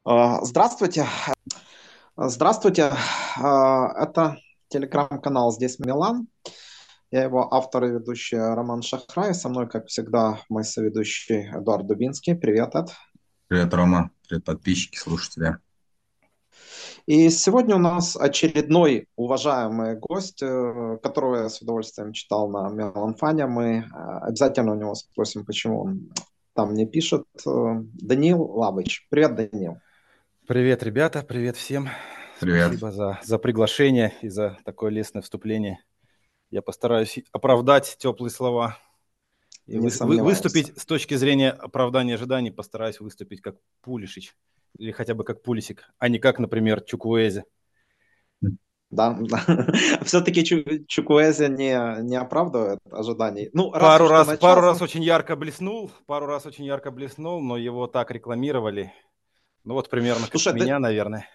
Здравствуйте. Здравствуйте. Это телеграм-канал «Здесь Милан». Я его автор и ведущий Роман Шахрай. Со мной, как всегда, мой соведущий Эдуард Дубинский. Привет, Эд. Привет, Рома. Привет, подписчики, слушатели. И сегодня у нас очередной уважаемый гость, которого я с удовольствием читал на Меланфане. Мы обязательно у него спросим, почему он там не пишет. Даниил Лавыч. Привет, Даниил. Привет, ребята, привет всем. Привет. Спасибо за приглашение и за такое лестное вступление. Я постараюсь оправдать теплые слова и Не сомневаюсь. выступить с точки зрения оправдания ожиданий, постараюсь выступить как Пулишич или хотя бы как Пулисик, а не как, например, Чукуэзе. Да, да. Все-таки Чукуэзе не оправдывает ожиданий. Ну, разве Пару что раз, на пару час. раз очень ярко блеснул, но его так рекламировали. Ну вот примерно как Слушай, меня, наверное.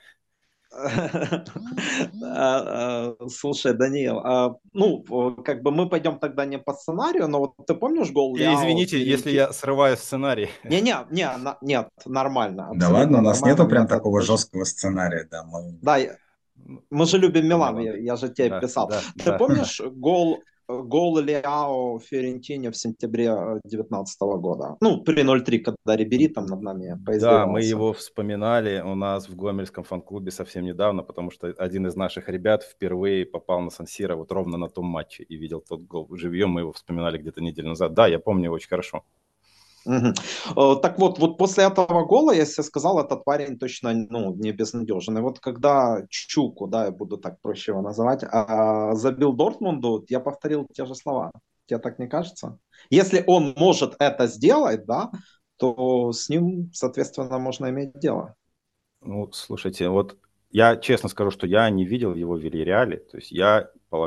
Слушай, Даниил, ну, как бы мы пойдем тогда не по сценарию, но вот ты помнишь гол И Ляо извините, если Ференти? я срываю сценарий. Нет, нормально, Да ладно, у абсолютно нас нормально. нету прям Нет, такого мы же, жесткого сценария, да, мы... да, мы же любим Это Милан, Милан. я же тебе Да, писал. да, Ты да, да. помнишь гол Леао Фиорентине в сентябре 2019 года? Ну, при 0-3, когда Рибери там над нами Да, мы поиздевался. его вспоминали у нас в Гомельском фан-клубе совсем недавно, потому что один из наших ребят впервые попал на Сан-Сиро вот ровно на том матче и видел тот гол живьем. Мы его вспоминали где-то неделю назад. Да, я помню его очень хорошо. Мгм. Так вот после этого гола я себе сказал, этот парень точно ну, не безнадежен. И вот когда Чуку, да, я буду так проще его называть, забил Дортмунду, я повторил те же слова. Тебе так не кажется? Если он может это сделать, да, то с ним, соответственно, можно иметь дело. Ну, слушайте, вот я честно скажу, что я не видел его в Вильяреале. То есть я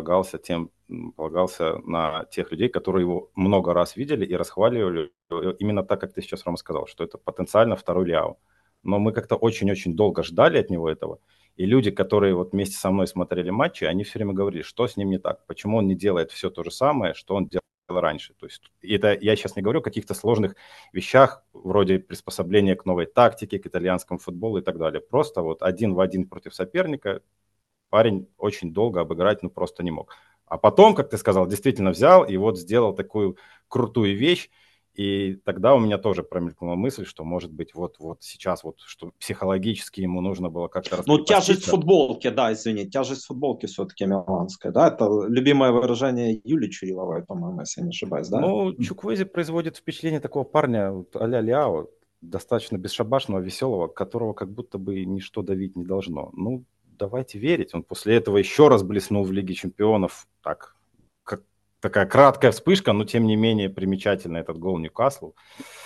полагался на тех людей, которые его много раз видели и расхваливали именно так, как ты сейчас, Рома, сказал, что это потенциально второй Ляо. Но мы как-то очень-очень долго ждали от него этого. И люди, которые вот вместе со мной смотрели матчи, они все время говорили, что с ним не так, почему он не делает все то же самое, что он делал раньше. То есть это я сейчас не говорю о каких-то сложных вещах, вроде приспособления к новой тактике, к итальянскому футболу и так далее. Просто вот один в один против соперника парень очень долго обыграть ну просто не мог. А потом, как ты сказал, действительно взял и вот сделал такую крутую вещь. И тогда у меня тоже промелькнула мысль, что может быть вот сейчас вот, что психологически ему нужно было как-то Ну, тяжесть раскрепоститься. футболки, да, извини, тяжесть футболки все-таки миланская, да, это любимое выражение Юлии Чуриловой, по-моему, если я не ошибаюсь, да? Ну, Чуквези производит впечатление такого парня вот, а-ля Ляо, достаточно бесшабашного, веселого, которого как будто бы ничто давить не должно. Ну, давайте верить. Он после этого еще раз блеснул в Лиге Чемпионов. Так, как такая краткая вспышка, но тем не менее примечательный этот гол Ньюкаслу.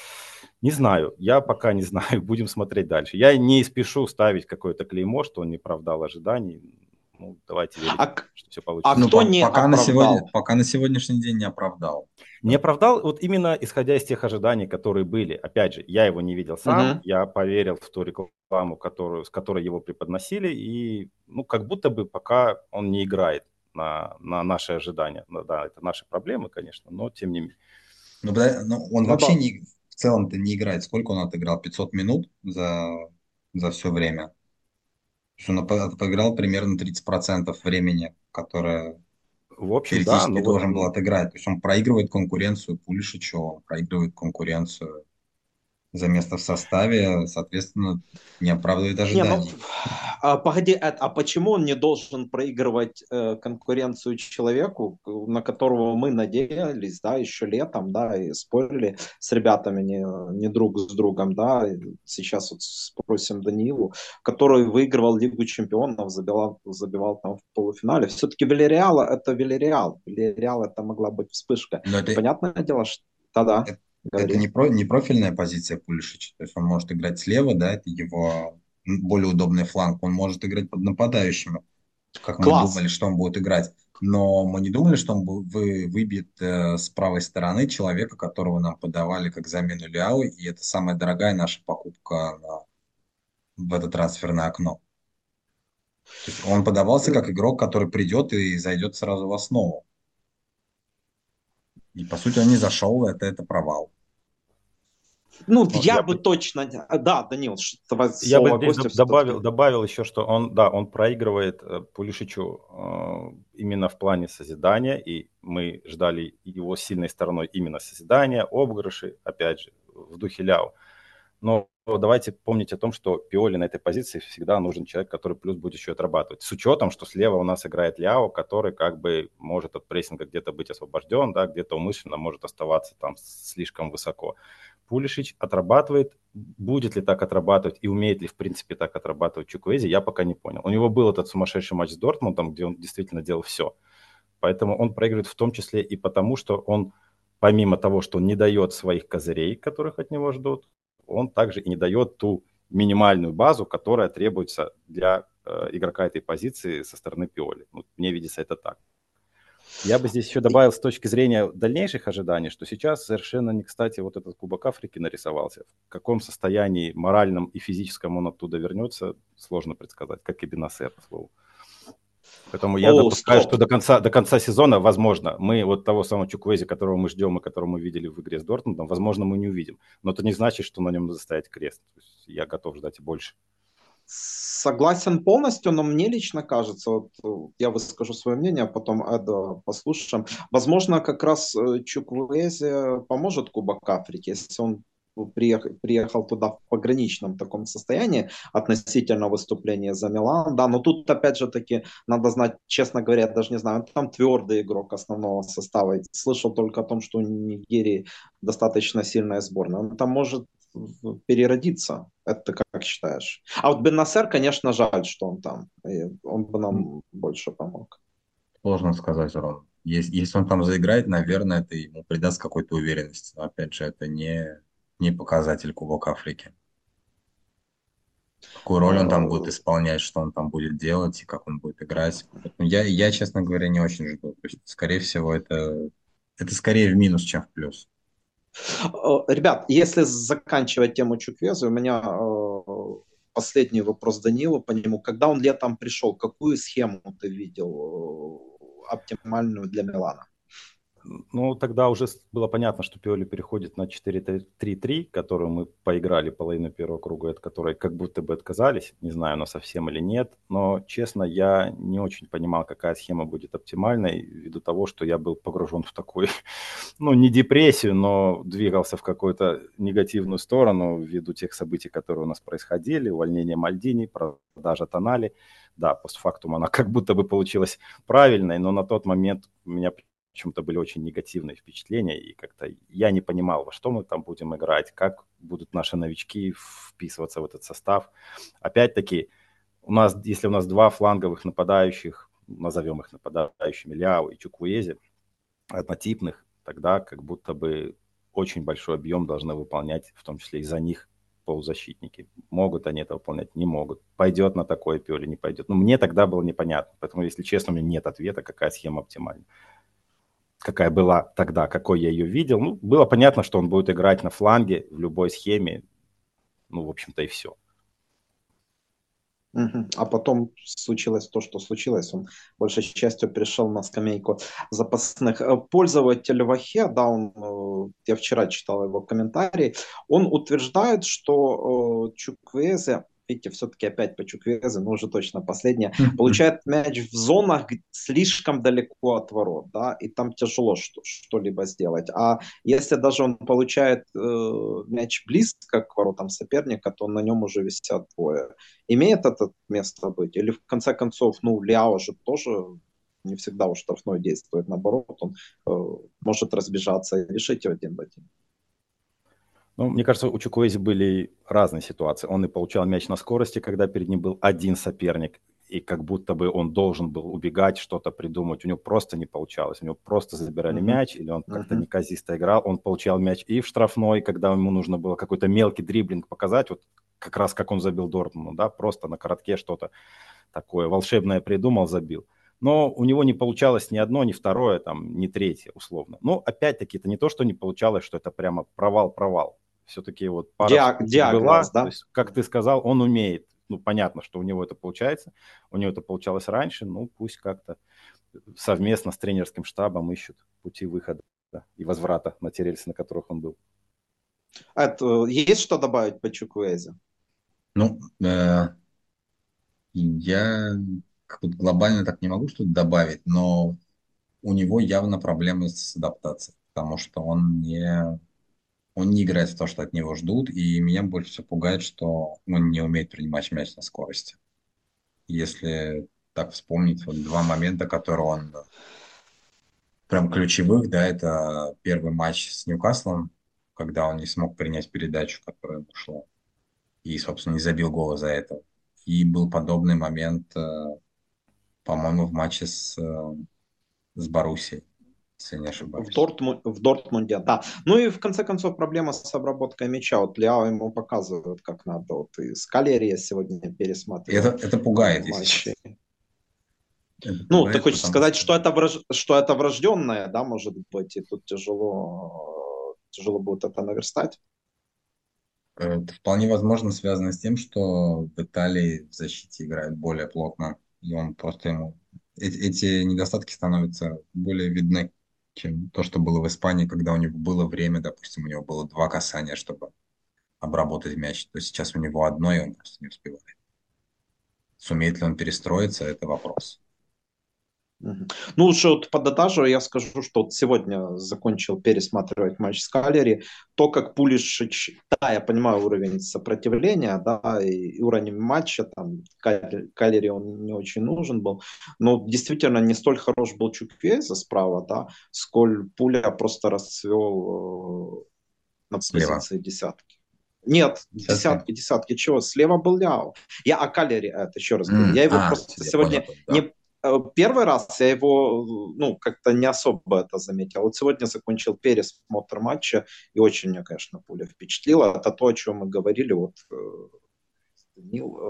Не знаю, я пока не знаю, будем смотреть дальше. Я не спешу ставить какое-то клеймо, что он не оправдал ожиданий. Ну, давайте А, верить, к- что все а получится. Ну, кто не пока на сегодня, оправдал? пока на сегодняшний день не оправдал. Не оправдал, вот именно исходя из тех ожиданий, которые были. Опять же, я его не видел сам, Мгм. я поверил в ту рекламу, с которой его преподносили, и ну, как будто бы пока он не играет на наши ожидания. Ну, да, это наши проблемы, конечно, но тем не менее. Ну, он Ну вообще да. не, в целом-то не играет. Сколько он отыграл? 500 минут за все время. То есть он отыграл примерно 30% времени, которое В общем, да, теоретически ну вот должен был отыграть. То есть он проигрывает конкуренцию Пулишичу, он проигрывает конкуренцию за место в составе, соответственно, не оправдывает Не, ну, ожиданий. погоди, а почему он не должен проигрывать конкуренцию человеку, на которого мы надеялись, да, еще летом, да, и спорили с ребятами не друг с другом, да, и сейчас вот спросим Данилу, который выигрывал Лигу Чемпионов, забивал там в полуфинале. Все-таки Вильяреал это Вильяреал. Вильяреал это могла быть вспышка. Но И понятное дело, что да, это, это говори. не профильная позиция Пулишича. То есть он может играть слева, да, это его более удобный фланг. Он может играть под нападающими, как мы Класс. думали, что он будет играть. Но мы не думали, что он выбьет с правой стороны человека, которого нам подавали как замену Ляо, и это самая дорогая наша покупка в это трансферное окно. То есть он подавался как игрок, который придет и зайдет сразу в основу. И по сути он не зашел, это провал. Ну, Ну, я бы точно... Да, Данил, давай я бы слово здесь гостю все-таки. добавил еще, что он, да, он проигрывает Пулишичу именно в плане созидания, и мы ждали его сильной стороной именно созидания, обыгрыши, опять же, в духе Ляо. Но давайте помнить о том, что Пиоли на этой позиции всегда нужен человек, который плюс будет еще отрабатывать. С учетом, что слева у нас играет Ляо, который как бы может от прессинга где-то быть освобожден, да, где-то умышленно может оставаться там слишком высоко. Пулишич отрабатывает. Будет ли так отрабатывать и умеет ли в принципе так отрабатывать Чуквези, я пока не понял. У него был этот сумасшедший матч с Дортмундом, где он действительно делал все. Поэтому он проигрывает в том числе и потому, что он, помимо того, что он не дает своих козырей, которых от него ждут, он также и не дает ту минимальную базу, которая требуется для игрока этой позиции со стороны Пиоли. Ну, мне видится это так. Я бы здесь еще добавил с точки зрения дальнейших ожиданий, что сейчас совершенно не кстати вот этот Кубок Африки нарисовался. В каком состоянии моральном и физическом он оттуда вернется, сложно предсказать, как и Бенасер, к слову. Поэтому я допускаю, что до конца сезона, возможно, мы вот того самого Чуквези, которого мы ждем и которого мы видели в игре с Дортмундом, возможно, мы не увидим. Но это не значит, что на нем надо ставить крест. То есть я готов ждать и больше. Согласен полностью, но мне лично кажется, вот я выскажу свое мнение, а потом Эда послушаем. Возможно, как раз Чуквуэзе поможет Кубок Африки, если он приехал туда в пограничном таком состоянии относительно выступления за Милан. Да, но тут опять же таки надо знать, честно говоря, я даже не знаю, он там твердый игрок основного состава. Слышал только о том, что у Нигерии достаточно сильная сборная. Он там может переродиться. Это ты как считаешь? А вот Бен-Насер, конечно, жаль, что он там. И он бы нам больше помог. Сложно сказать, Рон. Если он там заиграет, наверное, это ему придаст какой-то уверенности. Но опять же, это не показатель Кубок Африки. Какую роль он там будет исполнять, что он там будет делать и как он будет играть. Поэтому я, честно говоря, не очень жду. То есть, скорее всего, это скорее в минус, чем в плюс. Ребят, если заканчивать тему Чуквеза, у меня последний вопрос Данилу по нему. Когда он летом пришел, какую схему ты видел оптимальную для Милана? Ну, тогда уже было понятно, что Пиоли переходит на 4-3-3, которую мы поиграли половину первого круга, от которой как будто бы отказались. Не знаю, но совсем или нет. Но, честно, я не очень понимал, какая схема будет оптимальной, ввиду того, что я был погружен в такую, ну, не депрессию, но двигался в какую-то негативную сторону ввиду тех событий, которые у нас происходили. Увольнение Мальдини, продажа Тонали. Да, постфактум она как будто бы получилась правильной, но на тот момент у меня почему-то были очень негативные впечатления, и как-то я не понимал, во что мы там будем играть, как будут наши новички вписываться в этот состав. Опять-таки, если у нас два фланговых нападающих, назовем их нападающими, Ляо и Чуквуези, однотипных, тогда как будто бы очень большой объем должны выполнять, в том числе из-за них полузащитники. Могут они это выполнять? Не могут. Пойдет на такое Пиоли, не пойдет. Но мне тогда было непонятно. Поэтому, если честно, у меня нет ответа, какая схема оптимальна. Какая была тогда, какой я ее видел. Ну, было понятно, что он будет играть на фланге в любой схеме. Ну, в общем-то, и все. А потом случилось то, что случилось. Он большей частью перешел на скамейку запасных. Пользователь Вахе, да, я вчера читал его комментарий, он утверждает, что Чуквезе, видите, все-таки опять по Чуквезе, но уже точно последнее, получает мяч в зонах слишком далеко от ворот, да, и там тяжело что-либо сделать. А если даже он получает мяч близко к воротам соперника, то на нем уже висят двое. Имеет это место быть? Или в конце концов, ну, Ляо же тоже не всегда у штрафной действует, наоборот, он может разбежаться и решить один в один. Ну, мне кажется, у Чуквуези были разные ситуации. Он и получал мяч на скорости, когда перед ним был один соперник, и как будто бы он должен был убегать, что-то придумать. У него просто не получалось. У него просто забирали мяч, или он как-то неказисто играл. Он получал мяч и в штрафной, когда ему нужно было какой-то мелкий дриблинг показать, вот как раз как он забил Дортмунду, да, просто на коротке что-то такое волшебное придумал, забил. Но у него не получалось ни одно, ни второе, там, ни третье, условно. Но опять-таки это не то, что не получалось, что это прямо провал-провал. Все-таки вот пара встреч была, да? То есть, как ты сказал, он умеет. Ну, понятно, что у него это получается. У него это получалось раньше. Ну, пусть как-то совместно с тренерским штабом ищут пути выхода и возврата на те рельсы, на которых он был. Есть что добавить по Чуквуезе? Ну, я как бы глобально так не могу что-то добавить, но у него явно проблемы с адаптацией, потому что он не играет в то, что от него ждут, и меня больше всего пугает, что он не умеет принимать мяч на скорости. Если так вспомнить, вот два момента, которые он прям ключевых, да, это первый матч с Ньюкаслом, когда он не смог принять передачу, которая ему шла, и, собственно, не забил гола за это. И был подобный момент, по-моему, в матче с Боруссией, если я не ошибаюсь. В Дортмунде, да. Ну и в конце концов проблема с обработкой мяча. Вот Ляо ему показывают, как надо. Вот и Скалери я сегодня пересматривал Это пугает, если матчи. честно. Это Ну, ты пугает, хочешь потому сказать, что что это врожденное, да, может быть, и тут тяжело будет это наверстать. это вполне возможно связано с тем, что в Италии в защите играет более плотно, и он просто ему... Эти недостатки становятся более видны, чем то, что было в Испании, когда у него было время, допустим, у него было два касания, чтобы обработать мяч, то сейчас у него одно, и он просто не успевает. Сумеет ли он перестроиться, это вопрос. Мгм. Ну, лучше вот подытожу, я скажу, что вот сегодня закончил пересматривать матч с Калери. То, как Пулишич, да, я понимаю уровень сопротивления, да, и уровень матча, там, Калери он не очень нужен был, но действительно не столь хорош был Чуквеза справа, да, сколь Пуля просто расцвел на Слева. позиции десятки. Нет, Десятки? десятки чего? Слева был Ляо. Я о Калери это еще раз говорю. Я его просто Я понял, сегодня понял, да. не первый раз я его, ну, как-то не особо это заметил. Вот сегодня закончил пересмотр матча, и очень меня, конечно, Пуля впечатлила. Это то, о чем мы говорили, вот Данил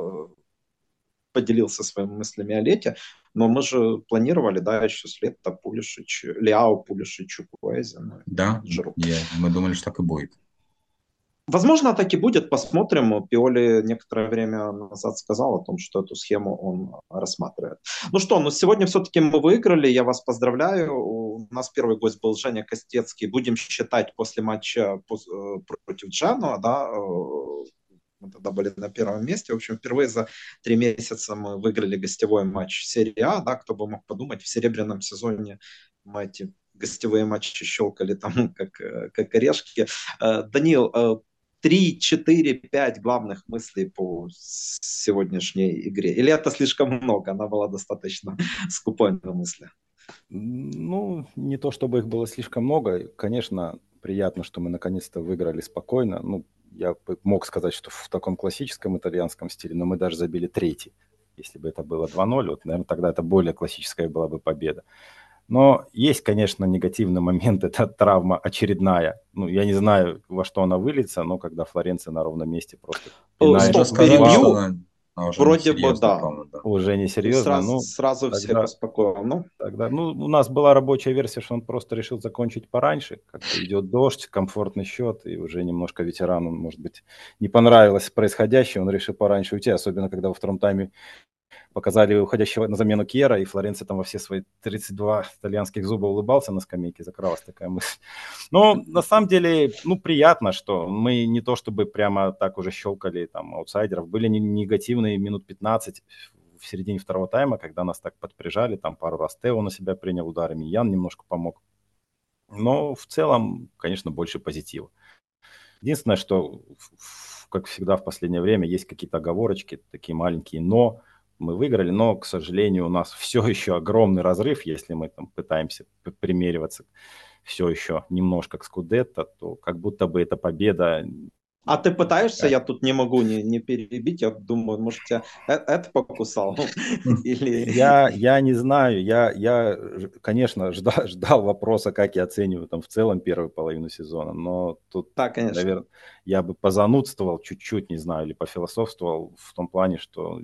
поделился своими мыслями о лете, но мы же планировали, да, еще с лета Пулишич, Ляо, Пулишич, Чукуэзе, ну, Да, Жиру. мы думали, что так и будет. Возможно, так и будет, посмотрим. Пиоли некоторое время назад сказал о том, что эту схему он рассматривает. Ну что, ну сегодня все-таки мы выиграли, я вас поздравляю. У нас первый гость был Женя Костецкий. Будем считать после матча против Джано, да, мы тогда были на первом месте. В общем, впервые за 3 месяца мы выиграли гостевой матч серии А, да, кто бы мог подумать, в серебряном сезоне мы эти гостевые матчи щелкали там как орешки. Данил, 3, 4, 5 главных мыслей по сегодняшней игре? Или это слишком много? Она была достаточно скупой на мысли. Ну, не то чтобы их было слишком много. Конечно, приятно, что мы наконец-то выиграли спокойно. Ну, я мог сказать, что в таком классическом итальянском стиле, но мы даже забили третий. Если бы это было 2-0, вот, наверное, тогда это более классическая была бы победа. Но есть, конечно, негативный момент, это травма очередная. Ну, я не знаю, во что она выльется, но когда Флоренция на ровном месте просто пинает Уже Стоп, сказали, что перебью. она уже Вроде бы несерьезная, да. по-моему, да. уже То есть несерьезно. Ну, сразу всех тогда успокоил. Ну, ну, у нас была рабочая версия, что он просто решил закончить пораньше. Как-то идет дождь, комфортный счет, и уже немножко ветерану, может быть, не понравилось происходящее, он решил пораньше уйти, особенно когда во втором тайме показали уходящего на замену Кьера, и Флоренция там во все свои 32 итальянских зуба улыбался на скамейке, закралась такая мысль. Но на самом деле, ну, приятно, что мы не то чтобы прямо так уже щелкали там аутсайдеров, были негативные минут 15 в середине второго тайма, когда нас так подприжали, там пару раз Тео на себя принял ударами, Ян немножко помог. Но в целом, конечно, больше позитива. Единственное, что, как всегда в последнее время, есть какие-то оговорочки, такие маленькие «но». Мы выиграли, но, к сожалению, у нас все еще огромный разрыв, если мы там пытаемся примериваться все еще немножко к Скудетто, то как будто бы эта победа а ты пытаешься, такая. я тут не могу не перебить, я думаю, может, тебя это покусал? Или... Я не знаю, конечно, ждал вопроса, как я оцениваю там в целом первую половину сезона, но тут, Да, конечно. наверное, я бы позанудствовал чуть-чуть, не знаю, или пофилософствовал в том плане, что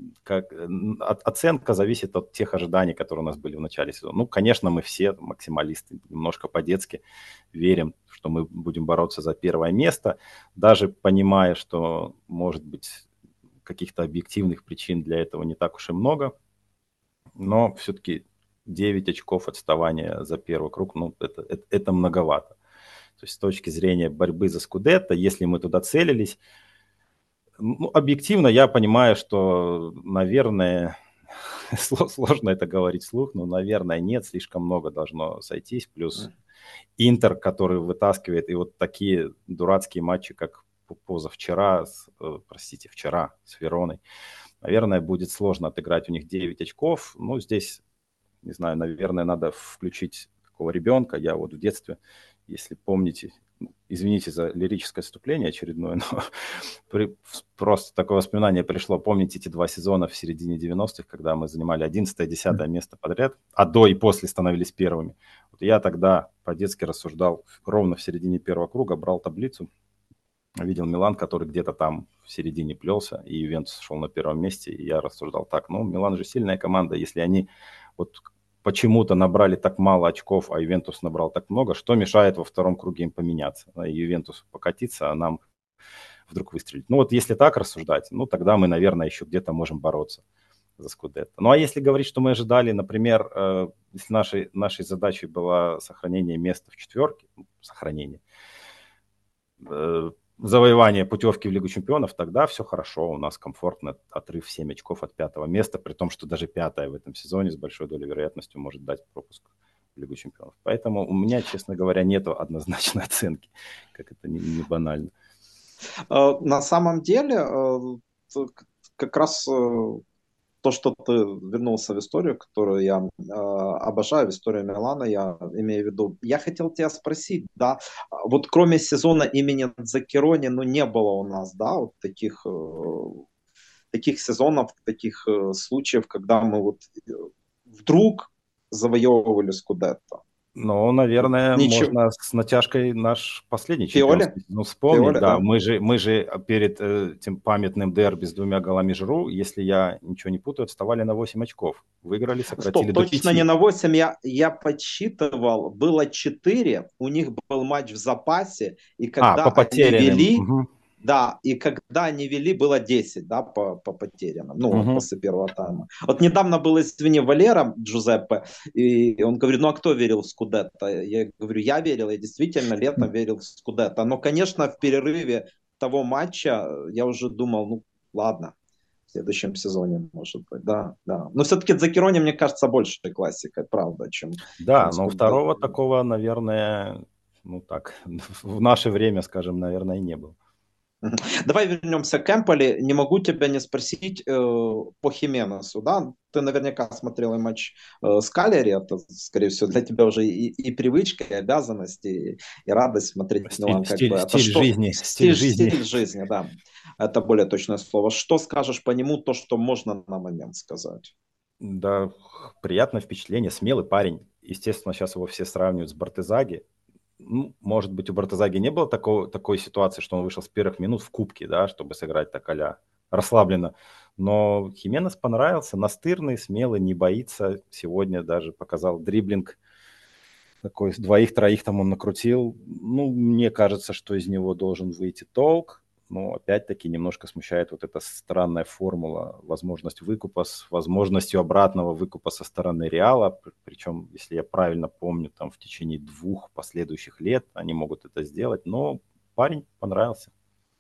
оценка зависит от тех ожиданий, которые у нас были в начале сезона. Ну, конечно, мы все максималисты, немножко по-детски верим, что мы будем бороться за первое место, даже понимая, что, может быть, каких-то объективных причин для этого не так уж и много, но все-таки 9 очков отставания за первый круг, ну, это многовато. То есть с точки зрения борьбы за Скудетто, если мы туда целились, ну, объективно я понимаю, что, наверное, сложно это говорить вслух, но, наверное, нет, слишком много должно сойтись. Плюс Интер, который вытаскивает, и вот такие дурацкие матчи, как позавчера, вчера с Вероной, наверное, будет сложно отыграть у них 9 очков. Ну, здесь, не знаю, наверное, надо включить такого ребенка. Я вот в детстве, если помните, извините за лирическое вступление очередное, но просто такое воспоминание пришло. Помните эти 2 сезона в середине 90-х, когда мы занимали 11-10 место подряд, а до и после становились первыми. Вот я тогда по-детски рассуждал ровно в середине первого круга, брал таблицу, видел Милан, который где-то там в середине плелся, и Ювентус шел на первом месте, и я рассуждал так, ну, Милан же сильная команда, если они вот почему-то набрали так мало очков, а Ювентус набрал так много, что мешает во втором круге им поменяться? И Ювентус покатиться, а нам вдруг выстрелить. Ну вот если так рассуждать, ну тогда мы, наверное, еще где-то можем бороться за Скудетто. Ну а если говорить, что мы ожидали, например, если нашей задачей было сохранение места в четверке, завоевание путевки в Лигу чемпионов, тогда все хорошо, у нас комфортно, отрыв 7 очков от 5 места, при том, что даже 5 в этом сезоне с большой долей вероятностью может дать пропуск в Лигу чемпионов. Поэтому у меня, честно говоря, нет однозначной оценки, как это не банально. На самом деле, как раз то, что ты вернулся в историю, которую я обожаю, в историю Милана, я имею в виду. Я хотел тебя спросить, да, вот кроме сезона имени Дзаккерони, ну, не было у нас, да, вот таких сезонов, таких случаев, когда мы вот вдруг завоевывали Скудетто. Ну, наверное, Ничего. можно с натяжкой наш последний Фиоли? чемпионский сезон вспомнить. Фиоли, Да, да. мы же перед этим памятным дерби с 2 голами Жиру, если я ничего не путаю, отставали на 8 очков. Выиграли, сократили Стоп, до точно 5. не на 8, я подсчитывал, было 4, у них был матч в запасе, и когда По они потерянным. вели, Угу. да, и когда они вели, было 10, да, по потерянным, ну, Угу. после первого тайма. Вот недавно был, извини, Валера Джузеппе, и он говорит, ну, а кто верил в Скудетто? Я говорю, я верил, я действительно летом верил в Скудетто. Но, конечно, в перерыве того матча я уже думал, ну, ладно, в следующем сезоне, может быть, да. Но все-таки Дзаккерони, мне кажется, большей классикой, правда, чем Да, но Скудетто. второго такого, наверное, ну так, в наше время, скажем, наверное, и не было. Давай вернемся к Эмполи. Не могу тебя не спросить по Хименесу, да? Ты наверняка смотрел и матч с Калери, это, скорее всего, для тебя уже и привычка, и обязанность, и радость смотреть Милан. Стиль жизни. Стиль жизни, да. Это более точное слово. Что скажешь по нему, то, что можно на момент сказать? Да, приятное впечатление, смелый парень. Естественно, сейчас его все сравнивают с Бартезаги. Ну, может быть, у Бартезаги не было такой ситуации, что он вышел с первых минут в кубке, да, чтобы сыграть так а-ля расслабленно. Но Хименес понравился, настырный, смелый, не боится. Сегодня даже показал дриблинг. Такой 2-3 там он накрутил. Ну, мне кажется, что из него должен выйти толк. Но опять-таки немножко смущает вот эта странная формула, возможность выкупа с возможностью обратного выкупа со стороны Реала. Причем, если я правильно помню, там в течение 2 последующих лет они могут это сделать. Но парень понравился.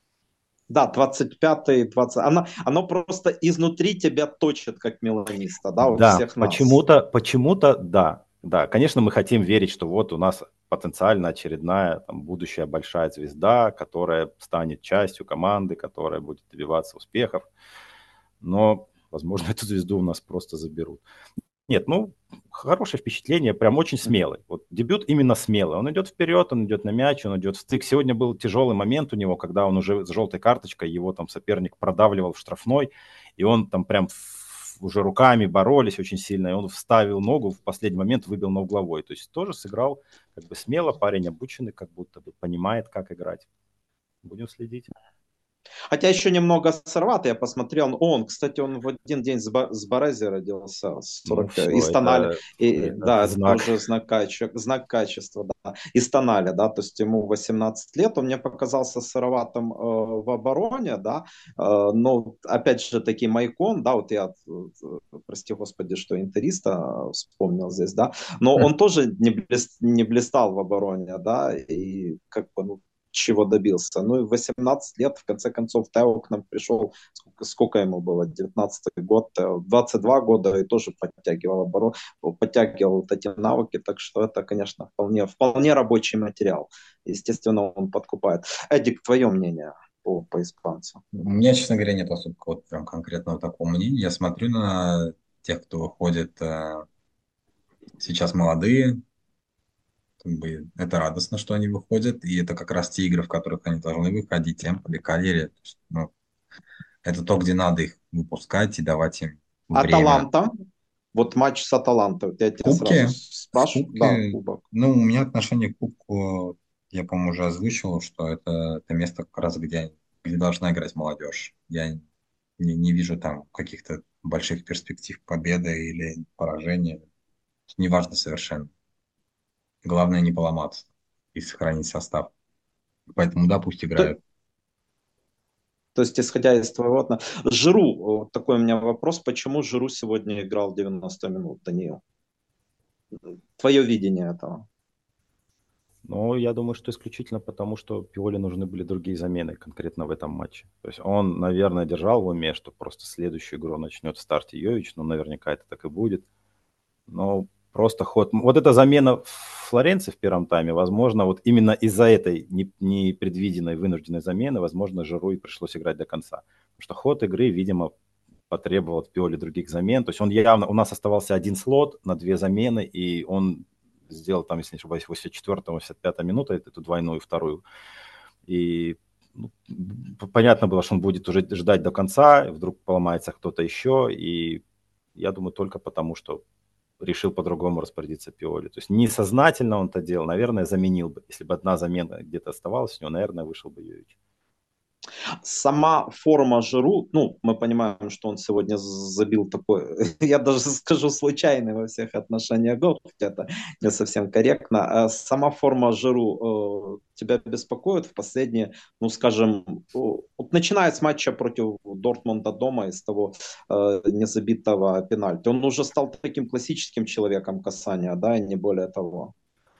Да, 25-й, 20... Оно просто изнутри тебя точит, как меланиста, да, у Да, всех нас. почему-то, да. Да, конечно, мы хотим верить, что вот у нас потенциально очередная там, будущая большая звезда, которая станет частью команды, которая будет добиваться успехов. Но, возможно, эту звезду у нас просто заберут. Нет, ну, хорошее впечатление, прям очень смелый. Вот дебют именно смелый. Он идет вперед, он идет на мяч, он идет в стык. Сегодня был тяжелый момент у него, когда он уже с желтой карточкой, его там соперник продавливал в штрафной, и он там прям уже руками боролись очень сильно, и он вставил ногу, в последний момент выбил на угловой. То есть тоже сыграл как бы смело, парень обученный, как будто бы понимает, как играть. Будем следить. Хотя еще немного сырват, я посмотрел. Кстати, он в один день с Барези родился, Ну 40, все, из Тонале. И, это да, это знак. тоже знак качества, да. Из Тонале, да, то есть ему 18 лет, он мне показался сыроватым в обороне, да, но опять же таки Майкон, да, вот я, прости господи, что интериста вспомнил здесь, да, но он тоже не блистал в обороне, да, и как бы, ну, чего добился. Ну и в 18 лет, в конце концов, Тео к нам пришел, сколько ему было, 19-й год, 22 года, и тоже подтягивал оборот, подтягивал вот эти навыки, так что это, конечно, вполне рабочий материал. Естественно, он подкупает. Эдик, твое мнение по испанцу? У меня, честно говоря, нет особо вот прям конкретного такого мнения. Я смотрю на тех, кто выходит сейчас молодые, как бы это радостно, что они выходят, и это как раз те игры, в которых они должны выходить, Эмполи, Кальяри. То есть, ну, это то, где надо их выпускать и давать им время. Аталанта, вот матч с Аталантой, вот я В тебя сразу Кубке, в спрашиваю, да, Кубке, кубок. ну, у меня отношение к Кубку, я, по-моему, уже озвучивал, что это место как раз, где должна играть молодежь. Я не вижу там каких-то больших перспектив победы или поражения. Неважно совершенно. Главное не поломаться и сохранить состав. Поэтому, да, пусть То, играют. то есть, исходя из твоего... Жиру, вот такой у меня вопрос, почему Жиру сегодня играл 90 минут, Даниил? Твое видение этого. Но я думаю, что исключительно потому, что Пиоле нужны были другие замены конкретно в этом матче. То есть он, наверное, держал в уме, что просто следующую игру начнет в старте Йович, но наверняка это так и будет. Но просто ход... Вот эта замена Флоренции в первом тайме, возможно, вот именно из-за этой непредвиденной, вынужденной замены, возможно, Жиру и пришлось играть до конца. Потому что ход игры, видимо, потребовал от Пиоли других замен. То есть он явно... У нас оставался один слот на две замены, и он сделал там, если не ошибаюсь, 84-85 минута, эту двойную вторую. И ну, понятно было, что он будет уже ждать до конца, вдруг поломается кто-то еще. И я думаю, только потому, что решил по-другому распорядиться Пиоли. То есть несознательно он это делал. Наверное, заменил бы. Если бы одна замена где-то оставалась у него, наверное, вышел бы Йович. Сама форма Жиру, ну, мы понимаем, что он сегодня забил такой, я даже скажу, случайный во всех отношениях гол, хотя это не совсем корректно. А сама форма Жиру тебя беспокоит в последние, ну, скажем, вот начиная с матча против Дортмунда дома, из того незабитого пенальти, он уже стал таким классическим человеком касания, да, и не более того.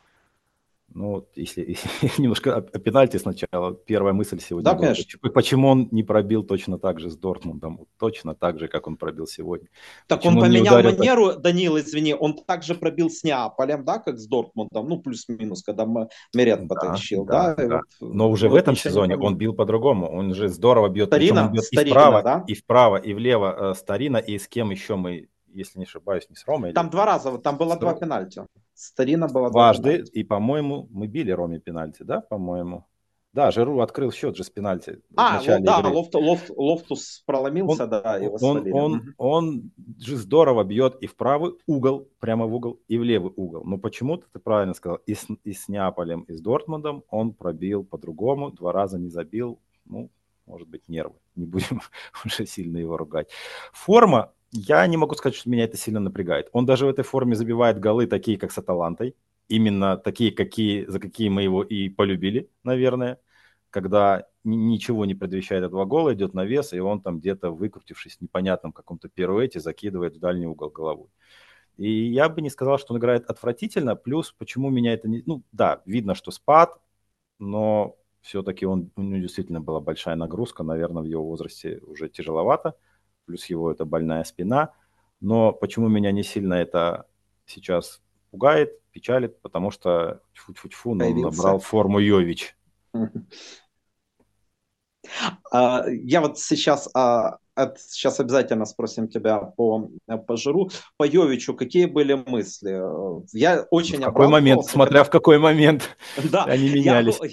Ну, вот если немножко о пенальти сначала. Первая мысль сегодня Да, была, конечно. почему он не пробил точно так же с Дортмундом, вот точно так же, как он пробил сегодня. Так он Почему он не поменял ударил так? манеру, Данил, извини, он также пробил с Неаполем, да, как с Дортмундом, ну, плюс-минус, когда Мерет Да, потащил, да, да, и да. вот, Но уже в вот этом ничего не сезоне он поменял. бил по-другому. Он же здорово бьет, причем он бьет Старина, да? и вправо, и влево Старина, и с кем еще мы, если не ошибаюсь, не с Ромой или Там два раза, там было два с пенальти. Старина было два дважды, пенальти. и, по-моему, мы били Роме пенальти, да, по-моему? Да, Жиру открыл счет же с пенальти в начале Да, игры. Лофтус проломился, да, его свалили. Он же здорово бьет и в правый угол, прямо в угол, и в левый угол. Но почему-то, ты правильно сказал, и с Неаполем, и с Дортмундом он пробил по-другому, два раза не забил. Ну, может быть, нервы. Не будем уже сильно его ругать. Форма, я не могу сказать, что меня это сильно напрягает. Он даже в этой форме забивает голы, такие, как с Аталантой. Именно такие, за какие мы его и полюбили, наверное. Когда ничего не предвещает этого гола, идет навес, и он там где-то, выкрутившись в непонятном каком-то пируэте, закидывает в дальний угол головой. И я бы не сказал, что он играет отвратительно, плюс почему меня это не... Ну да, видно, что спад, но все-таки у него действительно была большая нагрузка, наверное, в его возрасте уже тяжеловато, плюс его это больная спина. Но почему меня не сильно это сейчас пугает, печалит, потому что тьфу-тьфу-тьфу, но он набрал Появился. форму Йович. Я вот сейчас сейчас обязательно спросим тебя по Жиру. По Йовичу какие были мысли? Я В очень какой момент, обрадовался, смотря когда... в какой момент Да, они менялись.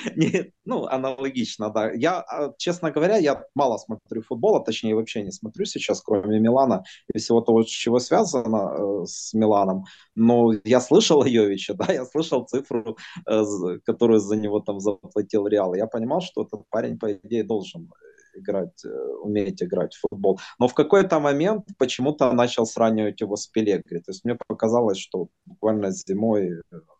ну, аналогично, да. Честно говоря, я мало смотрю футбола, точнее, вообще не смотрю сейчас, кроме Милана и всего того, чего связано с Миланом. Но я слышал о Йовиче, да, я слышал цифру, которую за него там заплатил Реал. Я понимал, что этот парень, по идее, должен играть, уметь играть в футбол. Но в какой-то момент почему-то начал сравнивать его с Пелегри. То есть мне показалось, что буквально зимой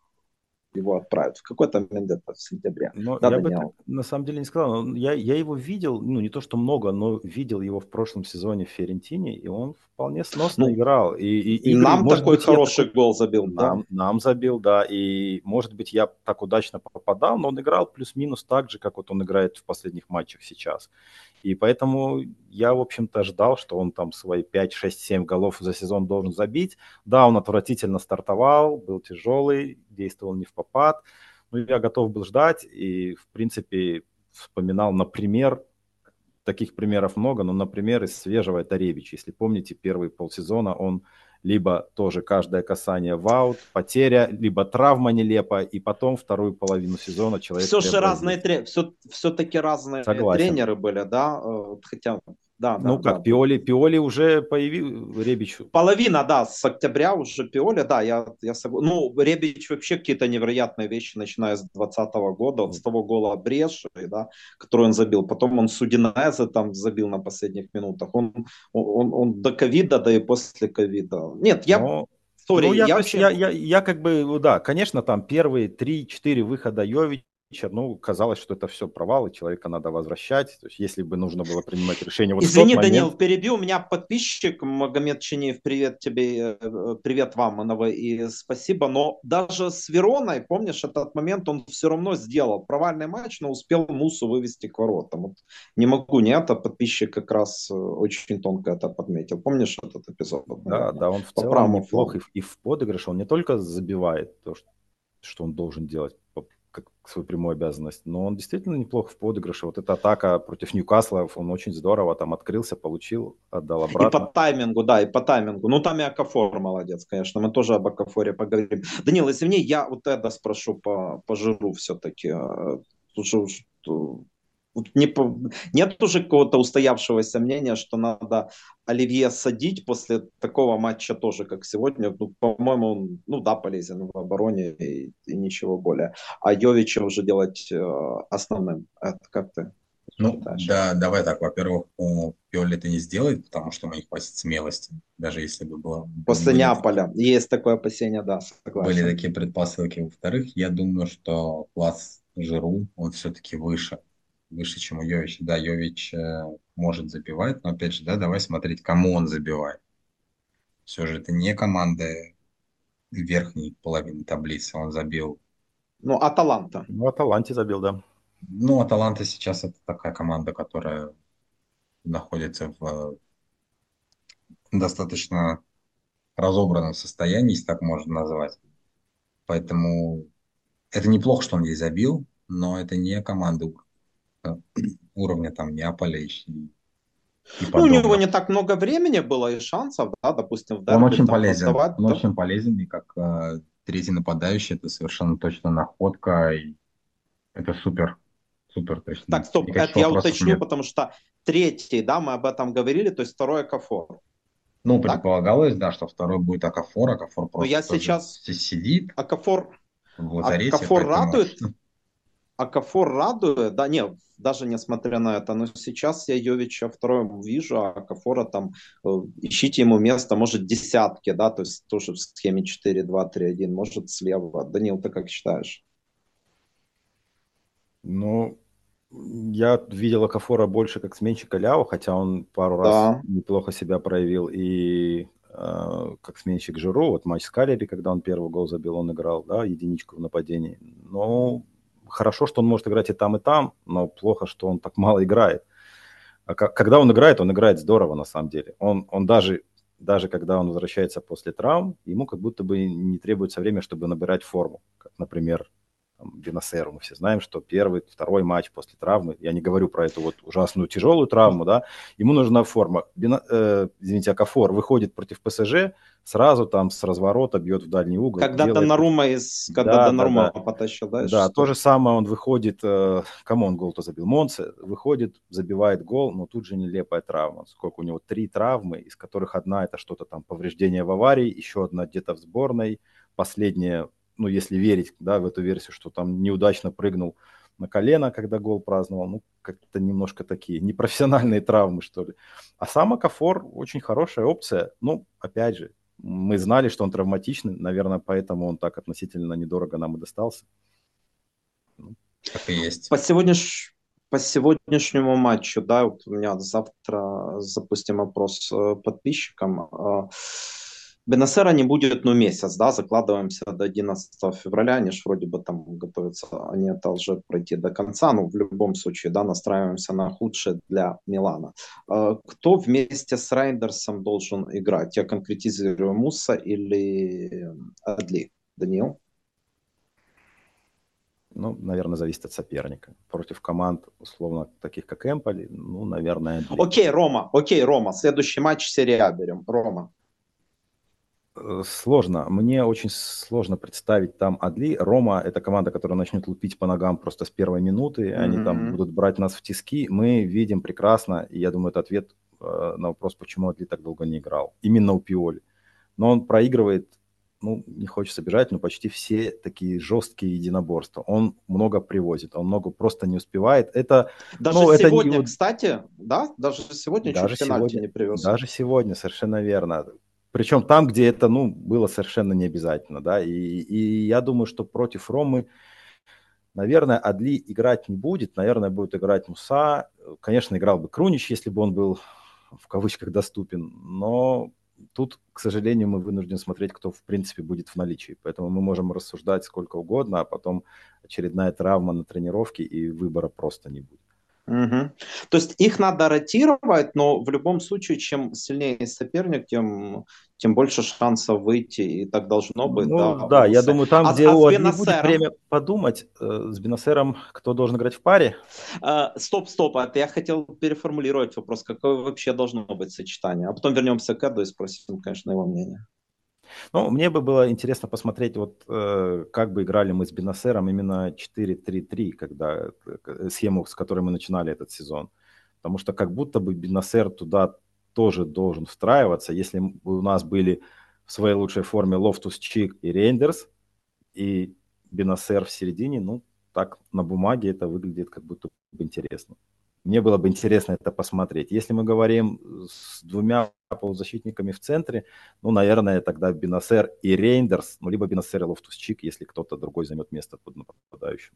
его отправят. В какой-то момент где-то в сентябре. Но Да, я бы так Даниэл? на самом деле не сказал. Я его видел, ну не то что много, но видел его в прошлом сезоне в Фиорентине, и он вполне сносно Ну, играл. И и игры, нам может такой быть, я хороший такой гол забил, да? нам забил, да, и может быть я так удачно попадал, но он играл плюс-минус так же, как вот он играет в последних матчах сейчас. И поэтому я, в общем-то, ждал, что он там свои 5, 6, 7 голов за сезон должен забить. Да, он отвратительно стартовал, был тяжелый, действовал не в попад. Но я готов был ждать и, в принципе, вспоминал, например, таких примеров много, но, например, из свежего это Ребич. Если помните, первый полсезона он либо тоже каждое касание в аут, потеря, либо травма нелепая, и потом вторую половину сезона человек Все же разные, преобразился. все-таки разные Согласен. тренеры были, да? Хотя, да, Ну да, да. как, Пиоли уже появил, Ребич. Половина, да, с октября уже Пиоли, да, я согласен. Ну, Ребич вообще какие-то невероятные вещи, начиная с 2020 года, вот с того гола Бреши, да, который он забил. Потом он с Удинезе там забил на последних минутах. Он до ковида, да и после ковида. Нет, Но, сори, ну, я, я то есть, вообще... я как бы, ну, да, конечно, там первые 3-4 выхода Йовича, ну, казалось, что это все провалы, человека надо возвращать. То есть, если бы нужно было принимать решение вот в тот Извини, момент. Данил, перебью. У меня подписчик Магомед Чинеев. Привет тебе, привет вам, Манова, и спасибо. Но даже с Вероной, помнишь, этот момент он все равно сделал. Провальный матч, но успел Мусу вывести к воротам. Вот не могу, не это. Подписчик как раз очень тонко это подметил. Помнишь этот эпизод, Да, наверное? да, он в По целом правому неплох флангу. и в подыгрыше. Он не только забивает то, что он должен делать как свою прямую обязанность, но он действительно неплох в подыгрыше. Вот эта атака против Ньюкасла, он очень здорово там открылся, получил, отдал И по обратно. таймингу, да, и по таймингу. Ну, там и Акафор молодец, конечно. Мы тоже об Акафоре поговорим. Данил, извини, я вот это спрошу по Жиру все-таки. Тут же вот нет уже какого-то устоявшегося мнения, что надо Оливье садить после такого матча тоже, как сегодня. Ну, по-моему, он, ну да, полезен в обороне и ничего более. А Йовича уже делать основным. Это как ты Ну, считаешь? да, давай так, во-первых, Пиоли это не сделает, потому что ему не хватит смелости, даже если бы После были такие, Неаполя есть такое опасение, да, были согласен. такие предпосылки. Во-вторых, я думаю, что класс Жиру, он все-таки выше, чем у Йовича. Да, Йович может забивать, но опять же, да, давай смотреть, кому он забивает. Все же это не команда верхней половины таблицы, он забил. Ну, Аталанта. Ну, Аталанте забил, да. Ну, Аталанта сейчас это такая команда, которая находится в достаточно разобранном состоянии, если так можно назвать. Поэтому это неплохо, что он ей забил, но это не команда уровня там Неаполя и Ну, у него подобных. не так много времени было и шансов, да, допустим, в Он дерби очень там полезен. создавать, Он да. очень полезен, и как третий нападающий это совершенно точно находка, и это супер. Супер, то есть Так, стоп, никаких это я вопросов уточню, нет. потому что третий, да, мы об этом говорили, то есть второй Кафор, Ну, так? предполагалось, да, что второй будет Акафор. Акафор Но просто я тоже сейчас сидит Акафор, в лазарете, Акафор поэтому радует, Акафор радует, да, не, даже несмотря на это, но сейчас я Йовича вторым вижу, а Акафора там, ищите ему место, может, десятки, да, то есть тоже в схеме 4-2-3-1, может, слева. Данил, ты как считаешь? Ну, я видел Акафора больше как сменщика Ляо, хотя он пару раз Да, неплохо себя проявил и как сменщик Жиру. Вот матч с Карьери, когда он первый гол забил, он играл, да, единичку в нападении. Ну, хорошо, что он может играть и там, но плохо, что он так мало играет. А когда он играет здорово на самом деле. Он даже когда он возвращается после травм, ему как будто бы не требуется время, чтобы набирать форму. Как, например, Бенасеру. Мы все знаем, что первый, второй матч после травмы, я не говорю про эту вот ужасную тяжелую травму, да, ему нужна форма. Извините, Окафор выходит против ПСЖ, сразу там с разворота бьет в дальний угол. Когда Донорума потащил, да? Да, то же самое он выходит, кому он гол-то забил? Монце выходит, забивает гол, но тут же нелепая травма. Сколько у него? 3 травмы, из которых одна это что-то там повреждение в аварии, еще одна где-то в сборной, последняя, ну, если верить, да, в эту версию, что там неудачно прыгнул на колено, когда гол праздновал, ну, как-то немножко такие непрофессиональные травмы, что ли. А сам Окафор очень хорошая опция, ну, опять же, мы знали, что он травматичный, наверное, поэтому он так относительно недорого нам и достался. Так и есть. По сегодняшнему матчу, да, вот у меня завтра запустим опрос подписчикам. Бенасера не будет, ну, месяц, да, закладываемся до 11 февраля, они же вроде бы там готовятся, они это уже пройти до конца, но в любом случае, да, настраиваемся на худшее для Милана. Кто вместе с Рейндерсом должен играть? Я конкретизирую, Муса или Адли? Даниил? Ну, наверное, зависит от соперника. Против команд, условно, таких как Эмполи, ну, наверное, Адли. Окей, Рома. Следующий матч серия А берем. Рома. Сложно. Мне очень сложно представить там Адли. Рома – это команда, которая начнет лупить по ногам просто с первой минуты. Они там будут брать нас в тиски. Мы видим прекрасно, и я думаю, это ответ на вопрос, почему Адли так долго не играл. Именно у Пиоли. Но он проигрывает, ну, не хочется бежать, но почти все такие жесткие единоборства. Он много привозит, он много просто не успевает. Это, даже ну, сегодня, это... кстати, да? Даже сегодня даже чуть пенальти сегодня, не привез. Даже сегодня, совершенно верно. Причем там, где это, ну, было совершенно не обязательно, да. И я думаю, что против Ромы, наверное, Адли играть не будет. Наверное, будет играть Муса. Конечно, играл бы Крунич, если бы он был, в кавычках, доступен. Но тут, к сожалению, мы вынуждены смотреть, кто, в принципе, будет в наличии. Поэтому мы можем рассуждать сколько угодно, а потом очередная травма на тренировке, и выбора просто не будет. Угу. То есть их надо ротировать, но в любом случае, чем сильнее соперник, тем больше шансов выйти, и так должно быть. Ну да, я думаю, там, где у Адли будет время подумать, с Бенасером, кто должен играть в паре. Стоп, это я хотел переформулировать вопрос, какое вообще должно быть сочетание, а потом вернемся к Эду и спросим, конечно, его мнение. Ну, мне бы было интересно посмотреть, вот как бы играли мы с Бенасером именно 4-3-3, когда схему, с которой мы начинали этот сезон. Потому что как будто бы Бенасер туда тоже должен встраиваться. Если бы у нас были в своей лучшей форме Лофтус-Чик и Рейндерс, и Бенасер в середине, ну, так на бумаге это выглядит как будто бы интересно. Мне было бы интересно это посмотреть. Если мы говорим с двумя полузащитниками в центре, ну, наверное, тогда Бенасер и Рейндерс, ну, либо Бенасер и Лофтус-Чик, если кто-то другой займет место под нападающим.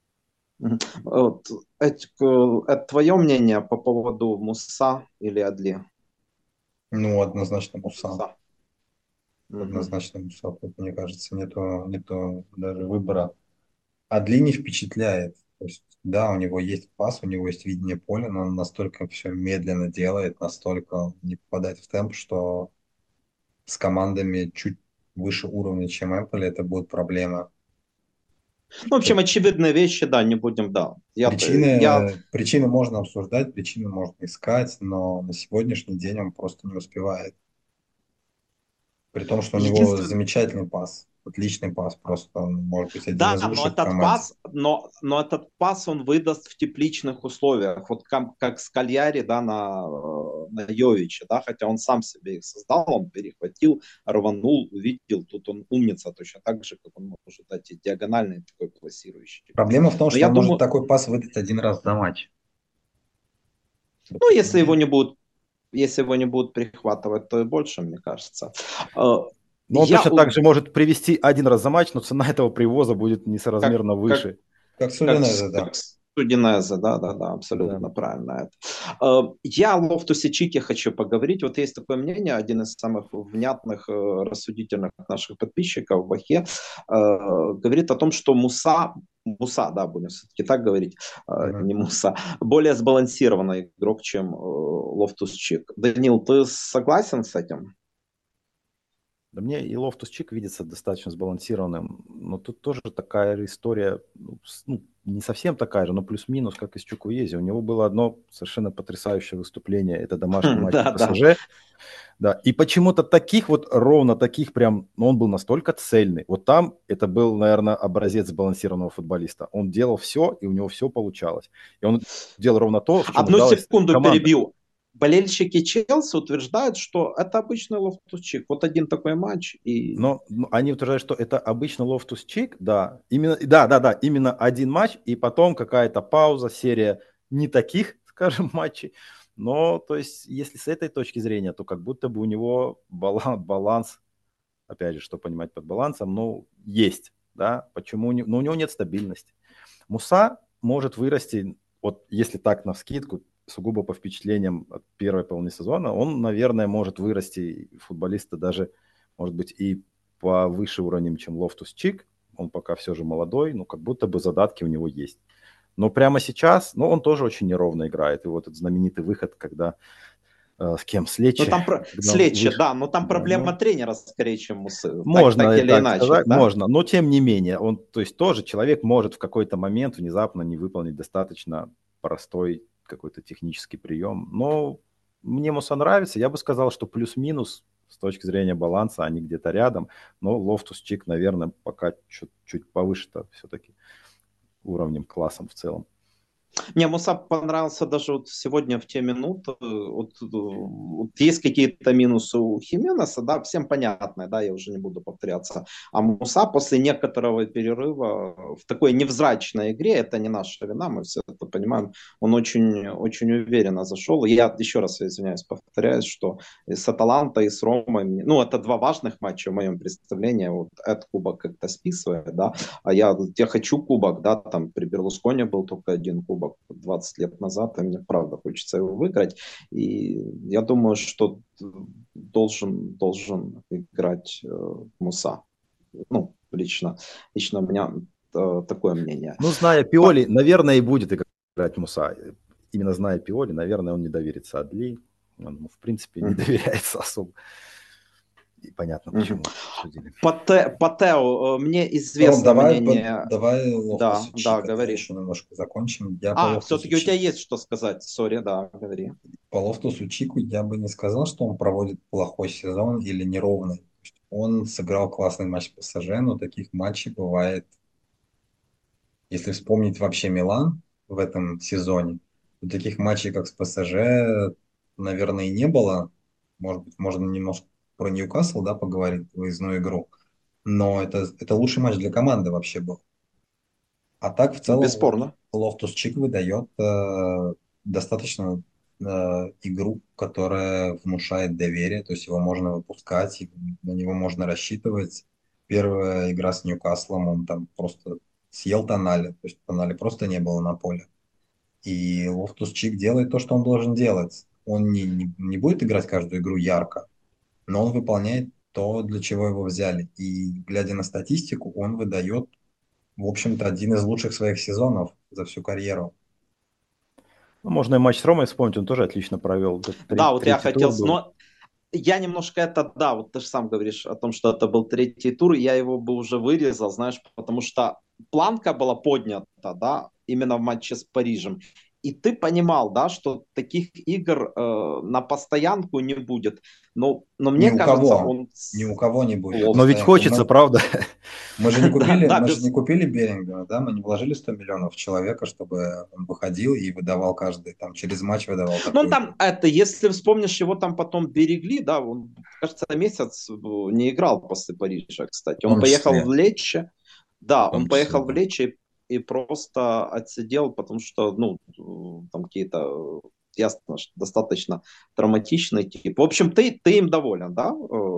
Вот. Это твое мнение по поводу Муса или Адли? Ну, однозначно Муса. Однозначно Муса. Мне кажется, нету даже выбора. Адли не впечатляет. То есть, да, у него есть пас, у него есть видение поля, но он настолько все медленно делает, настолько не попадает в темп, что с командами чуть выше уровня, чем Эмполи, это будет проблема. Ну, в общем, очевидные вещи, да, не будем, да. Причины можно обсуждать, причины можно искать, но на сегодняшний день он просто не успевает. При том, что у него замечательный пас, отличный пас, просто он может быть один из лучших в команде. Но этот пас он выдаст в тепличных условиях, вот как Скальяри, да, на Йовиче, да, хотя он сам себе их создал, он перехватил, рванул, увидел, тут он умница точно так же, как он может дать и диагональный такой пласирующий. Проблема в том, что он может такой пас выдать один раз за матч. Ну, если его не будут прихватывать, то и больше, мне кажется. Но он точно так же может привести один раз за матч, но цена этого привоза будет несоразмерно выше. Как Судинезе, да. Судинезе, да, абсолютно правильно. Я о Лофтусе Чике хочу поговорить. Вот есть такое мнение, один из самых внятных, рассудительных наших подписчиков, Бахе, говорит о том, что Муса, да, будем все-таки так говорить, не Муса, более сбалансированный игрок, чем Лофтус Чик. Данил, ты согласен с этим? Да мне и Лофтус-Чик видится достаточно сбалансированным, но тут тоже такая история, не совсем такая же, но плюс-минус, как и с Чукуези. У него было одно совершенно потрясающее выступление, это домашний матч Да, с да. ПСЖ. Да, и почему-то таких вот, ровно таких прям, он был настолько цельный. Вот там это был, наверное, образец сбалансированного футболиста. Он делал все, и у него все получалось. И он делал ровно то, в чем Одну нуждалась секунду команда. перебью. Болельщики Челси утверждают, что это обычный Лофтус-Чик. Вот один такой матч. И... Но они утверждают, что это обычно Лофтус-Чик, да. Именно один матч, и потом какая-то пауза, серия не таких, скажем, матчей. Но, то есть, если с этой точки зрения, то как будто бы у него баланс, опять же, что понимать под балансом, есть, да. Почему? Но у него нет стабильности. Муса может вырасти, вот если так навскидку, сугубо по впечатлениям от первой половины сезона, он, наверное, может вырасти футболиста даже, может быть, и повыше уровнем, чем Лофтус-Чик. Он пока все же молодой, но как будто бы задатки у него есть. Но прямо сейчас, он тоже очень неровно играет. И вот этот знаменитый выход, когда с кем? С Лечи. С Лечи, да, но там проблема тренера скорее, чем Мусы. Можно так или так иначе, сказать, да? можно, но тем не менее, он, то есть тоже человек может в какой-то момент внезапно не выполнить достаточно простой какой-то технический прием. Но мне Муса нравится, я бы сказал, что плюс-минус с точки зрения баланса они где-то рядом, но Лофтус-Чик, наверное, пока чуть повыше-то все-таки уровнем, классом в целом. Мне Муса понравился даже вот сегодня в те минуты. Вот есть какие-то минусы у Хименеса, да, всем понятно, да, я уже не буду повторяться. А Муса после некоторого перерыва в такой невзрачной игре, это не наша вина, мы все это понимаем, он очень, очень уверенно зашел. И я еще раз извиняюсь, повторяюсь, что и с Аталантой, и с Ромой, это два важных матча в моем представлении. Вот этот кубок как-то списывает, да, а я хочу кубок, да, там при Берлусконе был только один кубок 20 лет назад, и мне правда хочется его выиграть. И я думаю, что должен играть Муса. Лично у меня такое мнение. Зная Пиоли, наверное, и будет играть Муса. Именно зная Пиоли, наверное, он не доверится Адли. Он, в принципе, не доверяется особо. И понятно, почему судили. По Тео, мне известно мнение... Давай Лофтус-Чик, говори. еще немножко закончим. Все-таки у тебя есть что сказать. Сори, да, говори. По Лофтусу-Чику я бы не сказал, что он проводит плохой сезон или неровный. Он сыграл классный матч с ПСЖ, но таких матчей бывает. Если вспомнить вообще Милан в этом сезоне, то таких матчей, как с ПСЖ, наверное, и не было. Может быть, можно немножко про Ньюкасл, да, поговорить, выездную игру. Но это лучший матч для команды вообще был. А так, в целом, Бесспорно. Лофтус-Чик выдает достаточно игру, которая внушает доверие, то есть его можно выпускать, и на него можно рассчитывать. Первая игра с Ньюкаслом, он там просто съел Тонали, то есть Тонали просто не было на поле. И Лофтус-Чик делает то, что он должен делать. Он не будет играть каждую игру ярко, но он выполняет то, для чего его взяли. И глядя на статистику, он выдает, в общем-то, один из лучших своих сезонов за всю карьеру. Можно и матч с Ромой вспомнить, он тоже отлично провел. Да, вот я хотел... Но я немножко вот ты же сам говоришь о том, что это был третий тур, я его бы уже вырезал, знаешь, потому что планка была поднята, да, именно в матче с Парижем. И ты понимал, да, что таких игр на постоянку не будет. Но мне кажется, ни у кого не будет. Но ведь хочется, правда? Мы же не купили Беллингема, да, мы не вложили 100 миллионов в человека, чтобы он выходил и выдавал каждый, там, через матч выдавал такую. Если вспомнишь, его там потом берегли, да, он, кажется, месяц не играл после Парижа, кстати. Он поехал в Лечче, да, он поехал в Лечче и просто отсидел, потому что, там какие-то, ясно, достаточно травматичный тип. В общем, ты им доволен, да?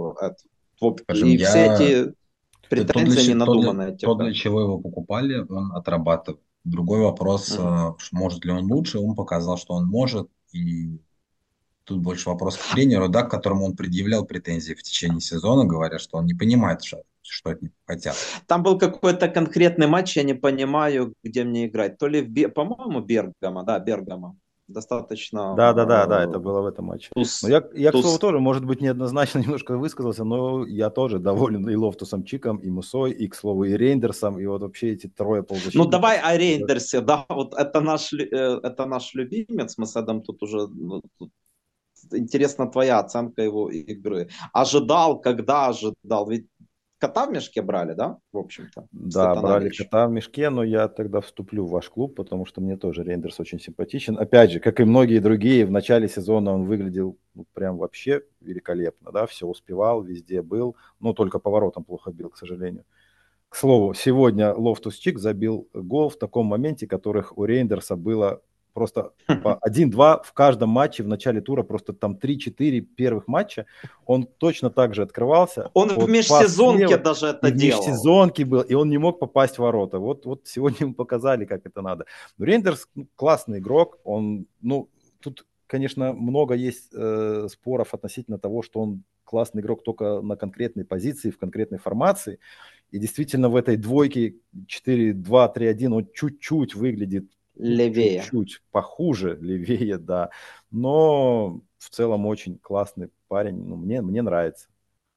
Скажем, все эти претензии не надуманные. То, для чего его покупали, он отрабатывает. Другой вопрос, может ли он лучше, он показал, что он может, и тут больше вопрос к тренеру, да, к которому он предъявлял претензии в течение сезона, говоря, что он не понимает, что от них хотят. Там был какой-то конкретный матч, я не понимаю, где мне играть. То ли, по-моему, Бергамо, да, Бергамо. достаточно Да, это было в этом матче. Но туз, я, к слову, туз. тоже, может быть, неоднозначно немножко высказался, но я тоже доволен и Лофтусом Чиком, и Мусой, и, к слову, и Рейндерсом, и вот вообще эти трое Ну, полузащитников. давай о Рейндерсе, да, вот это наш любимец, мы с Эдом тут уже, ну, тут интересна твоя оценка его игры. Ожидал, когда ожидал, ведь кота в мешке брали, да, в общем-то, Да, брали Степанович? кота в мешке, но я тогда вступлю в ваш клуб, потому что мне тоже Рейндерс очень симпатичен. Опять же, как и многие другие, в начале сезона он выглядел ну, прям вообще великолепно, да, все успевал, везде был, но только поворотом плохо бил, к сожалению. К слову, сегодня Лофтус-Чик забил гол в таком моменте, которых у Рейндерса было просто по 1-2 в каждом матче в начале тура, просто там 3-4 первых матча. Он точно так же открывался Он в под пас межсезонке слева, даже и это в делал. межсезонке был, и он не мог попасть в ворота. Вот сегодня ему показали, как это надо. Но Рейндерс классный игрок, он, ну, тут, конечно, много есть споров относительно того, что он классный игрок только на конкретной позиции, в конкретной формации. И действительно в этой двойке 4-2-3-1 он чуть-чуть выглядит, ну, Левее. чуть-чуть похуже, левее, да. Но в целом очень классный парень. Ну, мне нравится.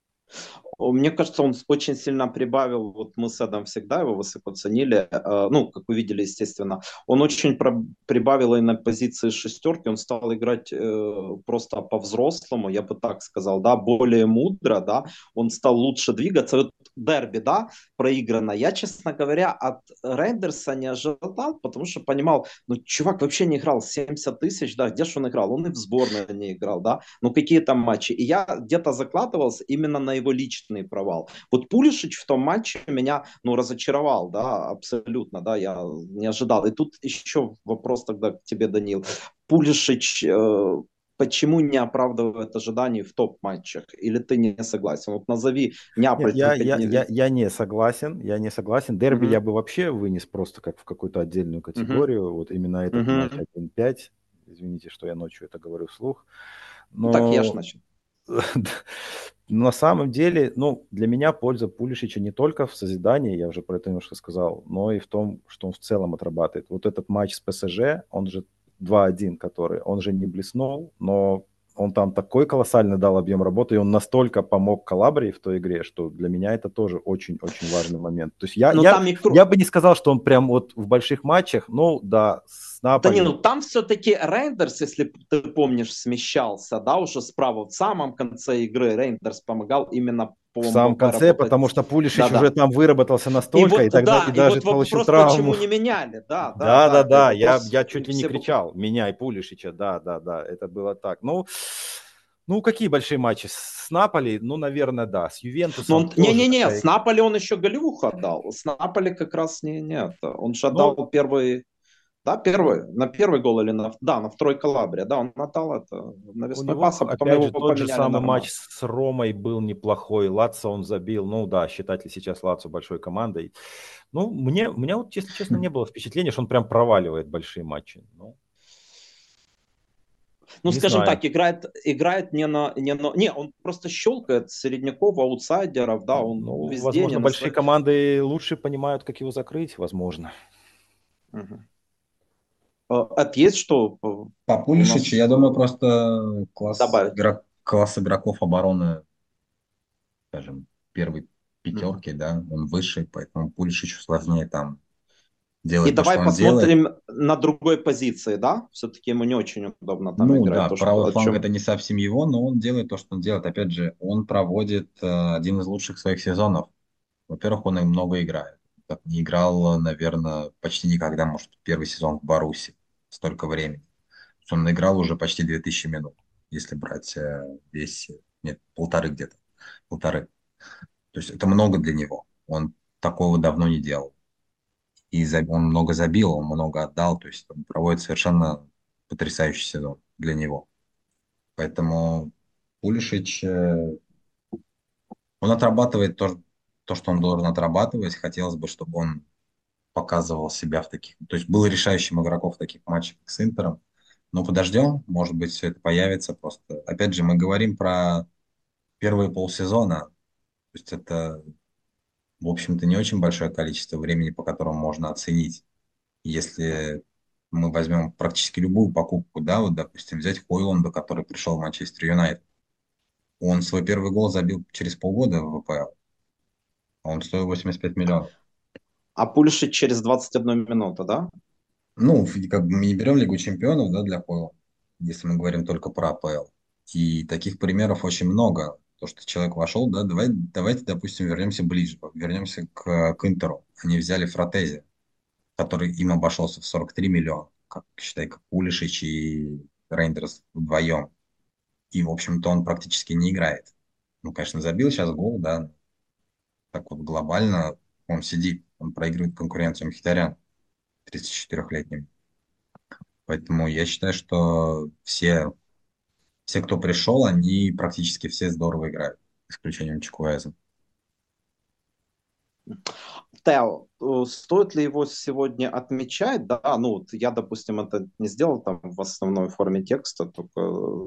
Мне кажется, он очень сильно прибавил, вот мы с Эдом всегда его высоко ценили, ну, как вы видели, естественно, он очень прибавил и на позиции шестерки, он стал играть просто по-взрослому, я бы так сказал, да, более мудро, да, он стал лучше двигаться. Вот дерби, да, проиграно, я, честно говоря, от Рейндерса не ожидал, потому что понимал, ну, чувак вообще не играл 70 тысяч, да, где же он играл? Он и в сборной не играл, да, ну, какие там матчи. И я где-то закладывался именно на его личный провал. Вот Пулишич в том матче меня, ну, разочаровал, да, абсолютно, да, я не ожидал. И тут еще вопрос тогда к тебе, Данил. Пулишич почему не оправдывает ожиданий в топ-матчах? Или ты не согласен? Вот назови Нет, Неаполь, ты хоть не... я не согласен, я не согласен. Дерби Мгм, я бы вообще вынес просто как в какую-то отдельную мгм, категорию. Вот именно этот матч мгм. 1-5. Извините, что я ночью это говорю вслух. Ну, так я ж Но начал. на самом деле, ну, для меня польза Пулишича не только в созидании, я уже про это немножко сказал, но и в том, что он в целом отрабатывает. Вот этот матч с ПСЖ, он же 2-1, который, он же не блеснул, но он там такой колоссальный дал объем работы, и он настолько помог Калабрии в той игре, что для меня это тоже очень-очень важный момент. То есть Но там и я бы не сказал, что он прям вот в больших матчах, ну да, с Данил, Наполи. там все-таки Рейндерс, если ты помнишь, смещался, да, уже справа, в самом конце игры Рейндерс помогал именно В по-моему, самом конце, поработать. потому что Пулишич уже Да-да. там выработался И настолько, вот, и тогда да, и и даже вот получил вопрос, травму. почему не меняли, да, это Да, вопрос, я и чуть ли не все бы... кричал, меняй Пулишича, да, это было так. Ну, какие большие матчи? С Наполи, ну, наверное, да. С Но Ювентусом он, тоже не-не-не, такая. с Наполи он еще голевуху отдал, с Наполи как раз нет, он же отдал Ну, первый, да, ну, первый, на первый гол или на, да, на второй Калабрия, да, он отдал это у навесной него, пас, а потом опять его же, тот же поменяли самый матч нормально. с Ромой был неплохой. Лацо он забил. Ну, да, считать ли сейчас Лацо большой командой? Ну, у меня вот, если честно, не было впечатления, что он прям проваливает большие матчи. Ну, Ну, не скажем знаю. так, играет не, он просто щелкает средняков, аутсайдеров, да, он Ну, везде не возможно, на большие своей... команды лучше понимают, как его закрыть, возможно. Мгм. Это есть что По у Пулишичу, нас я думаю, просто добавить? класс игроков обороны, скажем, первой Мгм. пятерки, да, он выше, поэтому Пулишичу сложнее там И делать то, давай что он делает. посмотрим на другой позиции, да? Все-таки ему не очень удобно там Ну играть, да, то, что, правый о фланг это чем... не совсем его, но он делает то, что он делает. Опять же, он проводит один из лучших своих сезонов. Во-первых, он и много играет. Как не играл, наверное, почти никогда, может, первый сезон в Баруси. Столько времени. То есть он играл уже почти 2000 минут, если брать весь, нет, полторы где-то, полторы. То есть это много для него. Он такого давно не делал. И он много забил, он много отдал. То есть он проводит совершенно потрясающий сезон для него. Поэтому Пулишич, он отрабатывает то, что он должен отрабатывать. Хотелось бы, чтобы он показывал себя в таких... То есть был решающим игроком в таких матчах, как с Интером. Но подождем, может быть, все это появится просто. Опять же, мы говорим про первые полсезона. То есть это, в общем-то, не очень большое количество времени, по которому можно оценить, если Мы возьмем практически любую покупку, да, вот, допустим, взять Хойлунда, который пришел в Манчестер Юнайтед. Он свой первый гол забил через полгода в ВПЛ. Он стоил 85 миллионов. А Пульшич через 21 минуту, да? Ну, как бы мы не берем Лигу чемпионов, да, для Хойла, если мы говорим только про АПЛ. И таких примеров очень много. То, что человек вошел, да, давайте, допустим, вернемся ближе, вернемся к Интеру. Они взяли Фратези, который им обошелся в 43 миллиона, как, считай, как Пулишич и Рейндерс вдвоем. И, в общем-то, он практически не играет. Ну, конечно, забил сейчас гол, да, так вот глобально он сидит, он проигрывает конкуренцию Мхитарян, 34-летним. Поэтому я считаю, что все, кто пришел, они практически все здорово играют, исключением Чукуэза. Тео, стоит ли его сегодня отмечать? Да, ну вот я, допустим, это не сделал там в основной форме текста, только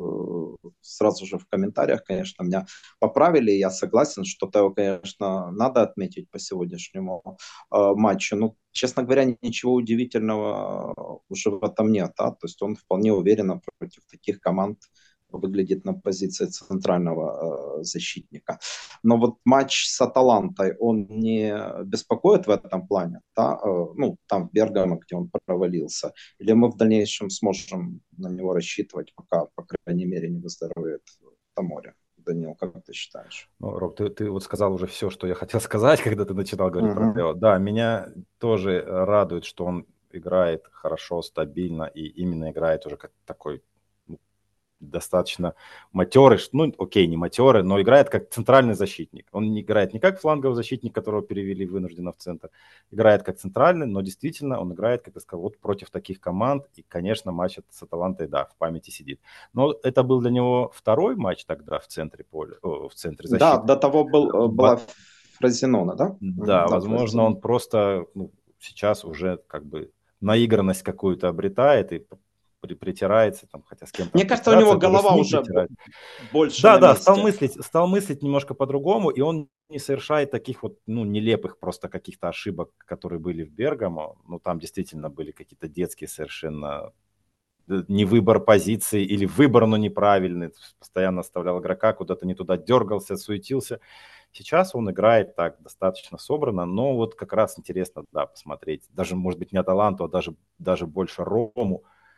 сразу же в комментариях, конечно, меня поправили. Я согласен, что Тео, конечно, надо отметить по сегодняшнему матчу. Ну, честно говоря, ничего удивительного уже в этом нет. Да? То есть он вполне уверенно против таких команд выглядит на позиции центрального защитника. Но вот матч с Аталантой, он не беспокоит в этом плане, да? Ну, там Бергамо, где он провалился, или мы в дальнейшем сможем на него рассчитывать, пока, по крайней мере, не выздоровеет Томори? Данил, как ты считаешь? Ну, Роб, ты вот сказал уже все, что я хотел сказать, когда ты начинал говорить про Тео. Да, меня тоже радует, что он играет хорошо, стабильно и именно играет уже как такой достаточно матерый, ну окей, не матерый, но играет как центральный защитник. Он не играет не как фланговый защитник, которого перевели вынужденно в центр, играет как центральный, но действительно он играет, как я сказал, вот против таких команд, и, конечно, матч с Аталантой, да, в памяти сидит. Но это был для него второй матч тогда в центре поля, в центре защиты. Да, до того была Фразенона, да? Да, возможно, Фразенона. Он просто сейчас уже как бы наигранность какую-то обретает и притирается, там, хотя с кем-то. Мне кажется, у него голова уже больше. Да, стал мыслить немножко по-другому, и он не совершает таких вот, нелепых просто каких-то ошибок, которые были в Бергамо. Ну, там действительно были какие-то детские совершенно не выбор позиции или выбор, но неправильный. Постоянно оставлял игрока, куда-то не туда дергался, суетился. Сейчас он играет так достаточно собрано, но вот как раз интересно, да, посмотреть. Даже, может быть, не Аталанту, а даже больше Рому.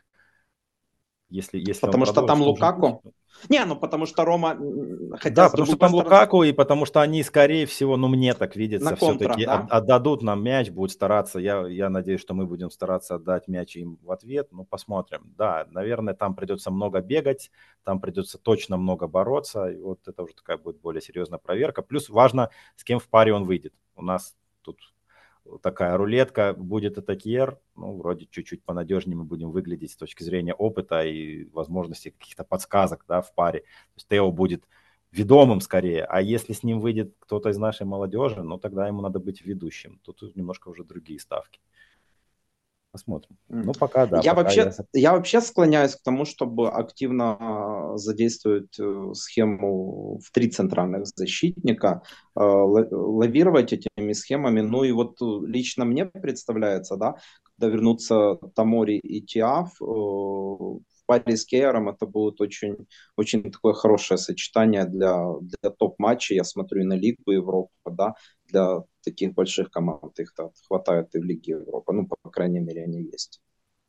Если потому что там Лукаку? Не, ну потому что Рома... Да, потому что там Лукаку, и потому что они, скорее всего, мне так видится, все-таки да? Отдадут нам мяч, будут стараться. Я надеюсь, что мы будем стараться отдать мяч им в ответ. Ну, посмотрим. Да, наверное, там придется много бегать, там придется точно много бороться. И вот это уже такая будет более серьезная проверка. Плюс важно, с кем в паре он выйдет. У нас тут такая рулетка, будет атакер, вроде чуть-чуть понадежнее мы будем выглядеть с точки зрения опыта и возможности каких-то подсказок, да, в паре. То есть Тео будет ведомым скорее, а если с ним выйдет кто-то из нашей молодежи, тогда ему надо быть ведущим. Тут немножко уже другие ставки. Посмотрим. Ну, пока, да. Я вообще склоняюсь к тому, чтобы активно задействовать схему в 3 центральных защитника, лавировать этими схемами. Ну и вот лично мне представляется, да, когда вернутся Томори и Тиаф, в паре с Кейером это будет очень, очень такое хорошее сочетание для топ-матчей. Я смотрю и на Лигу Европы, да, для таких больших команд. Их хватает и в Лиге Европы. Ну, по крайней мере, они есть.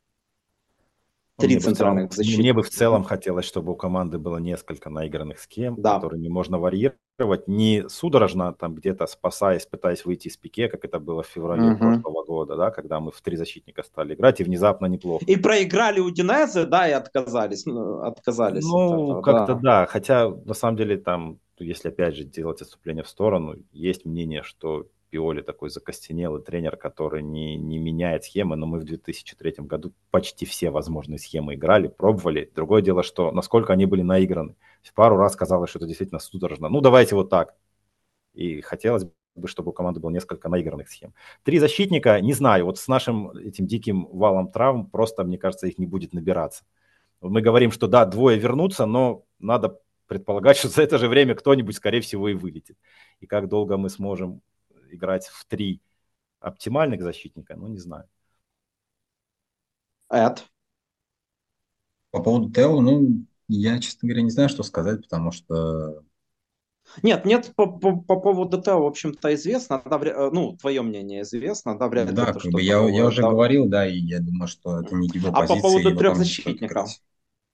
3 центральных защитника. Мне бы в целом хотелось, чтобы у команды было несколько наигранных схем, которыми можно варьировать, не судорожно там где-то спасаясь, пытаясь выйти из пике, как это было в феврале прошлого года, да, когда мы в 3 защитника стали играть, и внезапно неплохо. И проиграли у Динезе, да, и отказались. Ну, как-то да, хотя на самом деле там, если опять же делать отступление в сторону, есть мнение, что Пиоли такой закостенелый тренер, который не меняет схемы, но мы в 2003 году почти все возможные схемы играли, пробовали. Другое дело, что насколько они были наиграны. Пару раз казалось, что это действительно судорожно. Ну, давайте вот так. И хотелось бы, чтобы у команды было несколько наигранных схем. 3 защитника, не знаю, вот с нашим этим диким валом травм просто, мне кажется, их не будет набираться. Мы говорим, что да, 2 вернутся, но надо предполагать, что за это же время кто-нибудь, скорее всего, и вылетит. И как долго мы сможем играть в 3 оптимальных защитника, не знаю. Эд. По поводу Тео, ну, я, честно говоря, не знаю, что сказать, потому что, Нет, по поводу этого, в общем-то, известно, да, ну, твое мнение известно, да, вряд ли да, ты как бы что-то я новое, уже да. говорил, да, и я думаю, что это не его А по позиция, поводу его трех там никто защитников, открыть.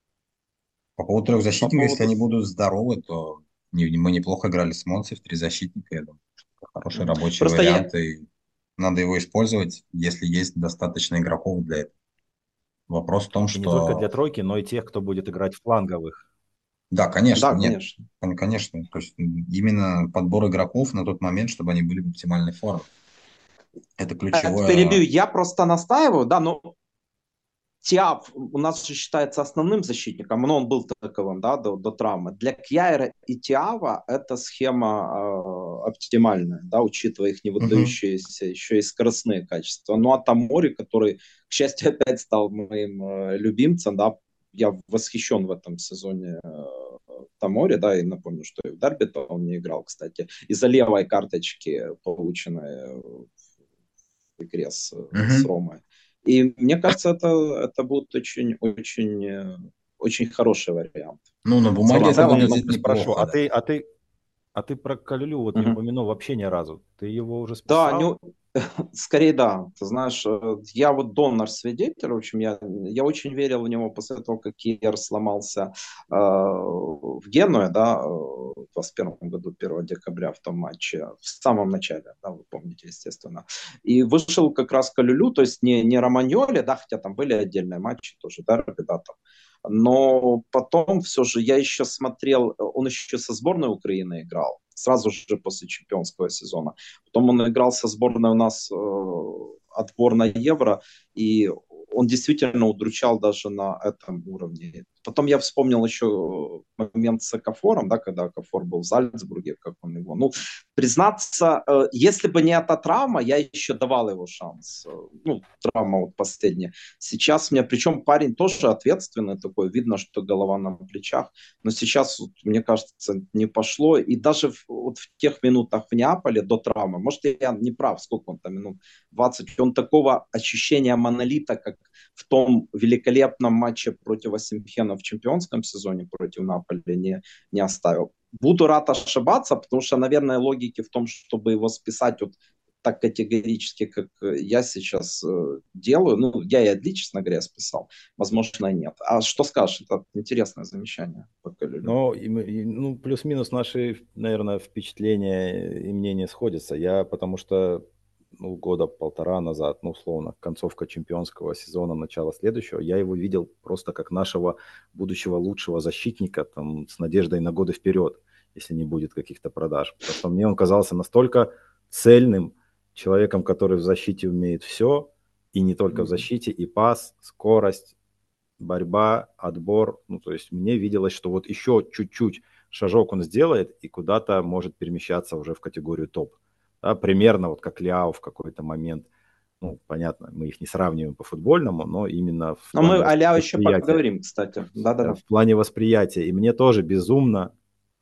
По поводу трех по защитников, если поводу... они будут здоровы, то мы неплохо играли с Монси в три защитника, я думаю, что это хороший рабочий Просто я, вариант, и надо его использовать, если есть достаточно игроков для этого. Вопрос в том, И не только для что тройки, но и тех, кто будет играть фланговых. да, конечно, да, нет, конечно. конечно, то есть именно подбор игроков на тот момент, чтобы они были в оптимальной форме. Это Это перебью, ключевое. я просто настаиваю, да, но Тиап у нас же считается основным защитником, но он был таковым, да, до травмы. Для Кьяера и Тиава эта схема оптимальная, да, учитывая их Мгм. невыдающиеся еще и скоростные качества. Ну а Тамори, который, к счастью, опять стал моим любимцем, да, я восхищен в этом сезоне Тамори, да, и напомню, что и в дерби он не играл, кстати, из-за левой карточки, полученной в игре с Мгм. Ромой. И мне кажется, это будет очень хороший вариант. Ну, на В Вот бумаге я это тогда целом, выглядит немного спрошу, неплохо, да. а ты про Калюлю вот не мгм. упомянул вообще ни разу. Ты его уже Да, списал? скорее да. Ты знаешь, я вот донор свидетель, в общем, я очень верил в него после того, как Киер сломался в Генуе, да, в 21 году, 1 декабря в том матче, в самом начале, да, вы помните, естественно. И вышел как раз Калюлю, то есть не Романьоли, да, хотя там были отдельные матчи тоже, да, да, там. Но потом все же я еще смотрел, он еще со сборной Украины играл, сразу же после чемпионского сезона. Потом он играл со сборной у нас отбор на Евро, и он действительно удручал даже на этом уровне. Потом я вспомнил еще момент с Окафором, да, когда Окафор был в Зальцбурге, как он его... Ну, признаться, если бы не эта травма, я еще давал его шанс. Ну, травма вот последняя. Сейчас мне, причем парень тоже ответственный такой, видно, что голова на плечах, но сейчас, вот, мне кажется, не пошло. И даже вот в тех минутах в Неаполе до травмы, может, я не прав, сколько он там минут, 20, он такого ощущения монолита, как в том великолепном матче против Асимхена в чемпионском сезоне против Наполи не оставил. Буду рад ошибаться, потому что, наверное, логики в том, чтобы его списать вот так категорически, как я сейчас делаю, ну, я и Адли, честно говоря, списал, возможно, нет. А что скажешь? Это интересное замечание по Калюлю. Но, ну, плюс-минус наши, наверное, впечатления и мнения сходятся. Я, потому что, ну, года полтора назад, ну, условно, концовка чемпионского сезона, начало следующего, я его видел просто как нашего будущего лучшего защитника, там, с надеждой на годы вперед, если не будет каких-то продаж. Потому что мне он казался настолько цельным человеком, который в защите умеет все, и не только в защите, и пас, скорость, борьба, отбор. Ну, то есть мне виделось, что вот еще чуть-чуть шажок он сделает и куда-то может перемещаться уже в категорию топ. Да, примерно вот как Ляо в какой-то момент. Ну, понятно, мы их не сравниваем по футбольному, но именно в Но мы плане о Ляо еще восприятия. поговорим, кстати. Да-да-да. В плане восприятия. И мне тоже безумно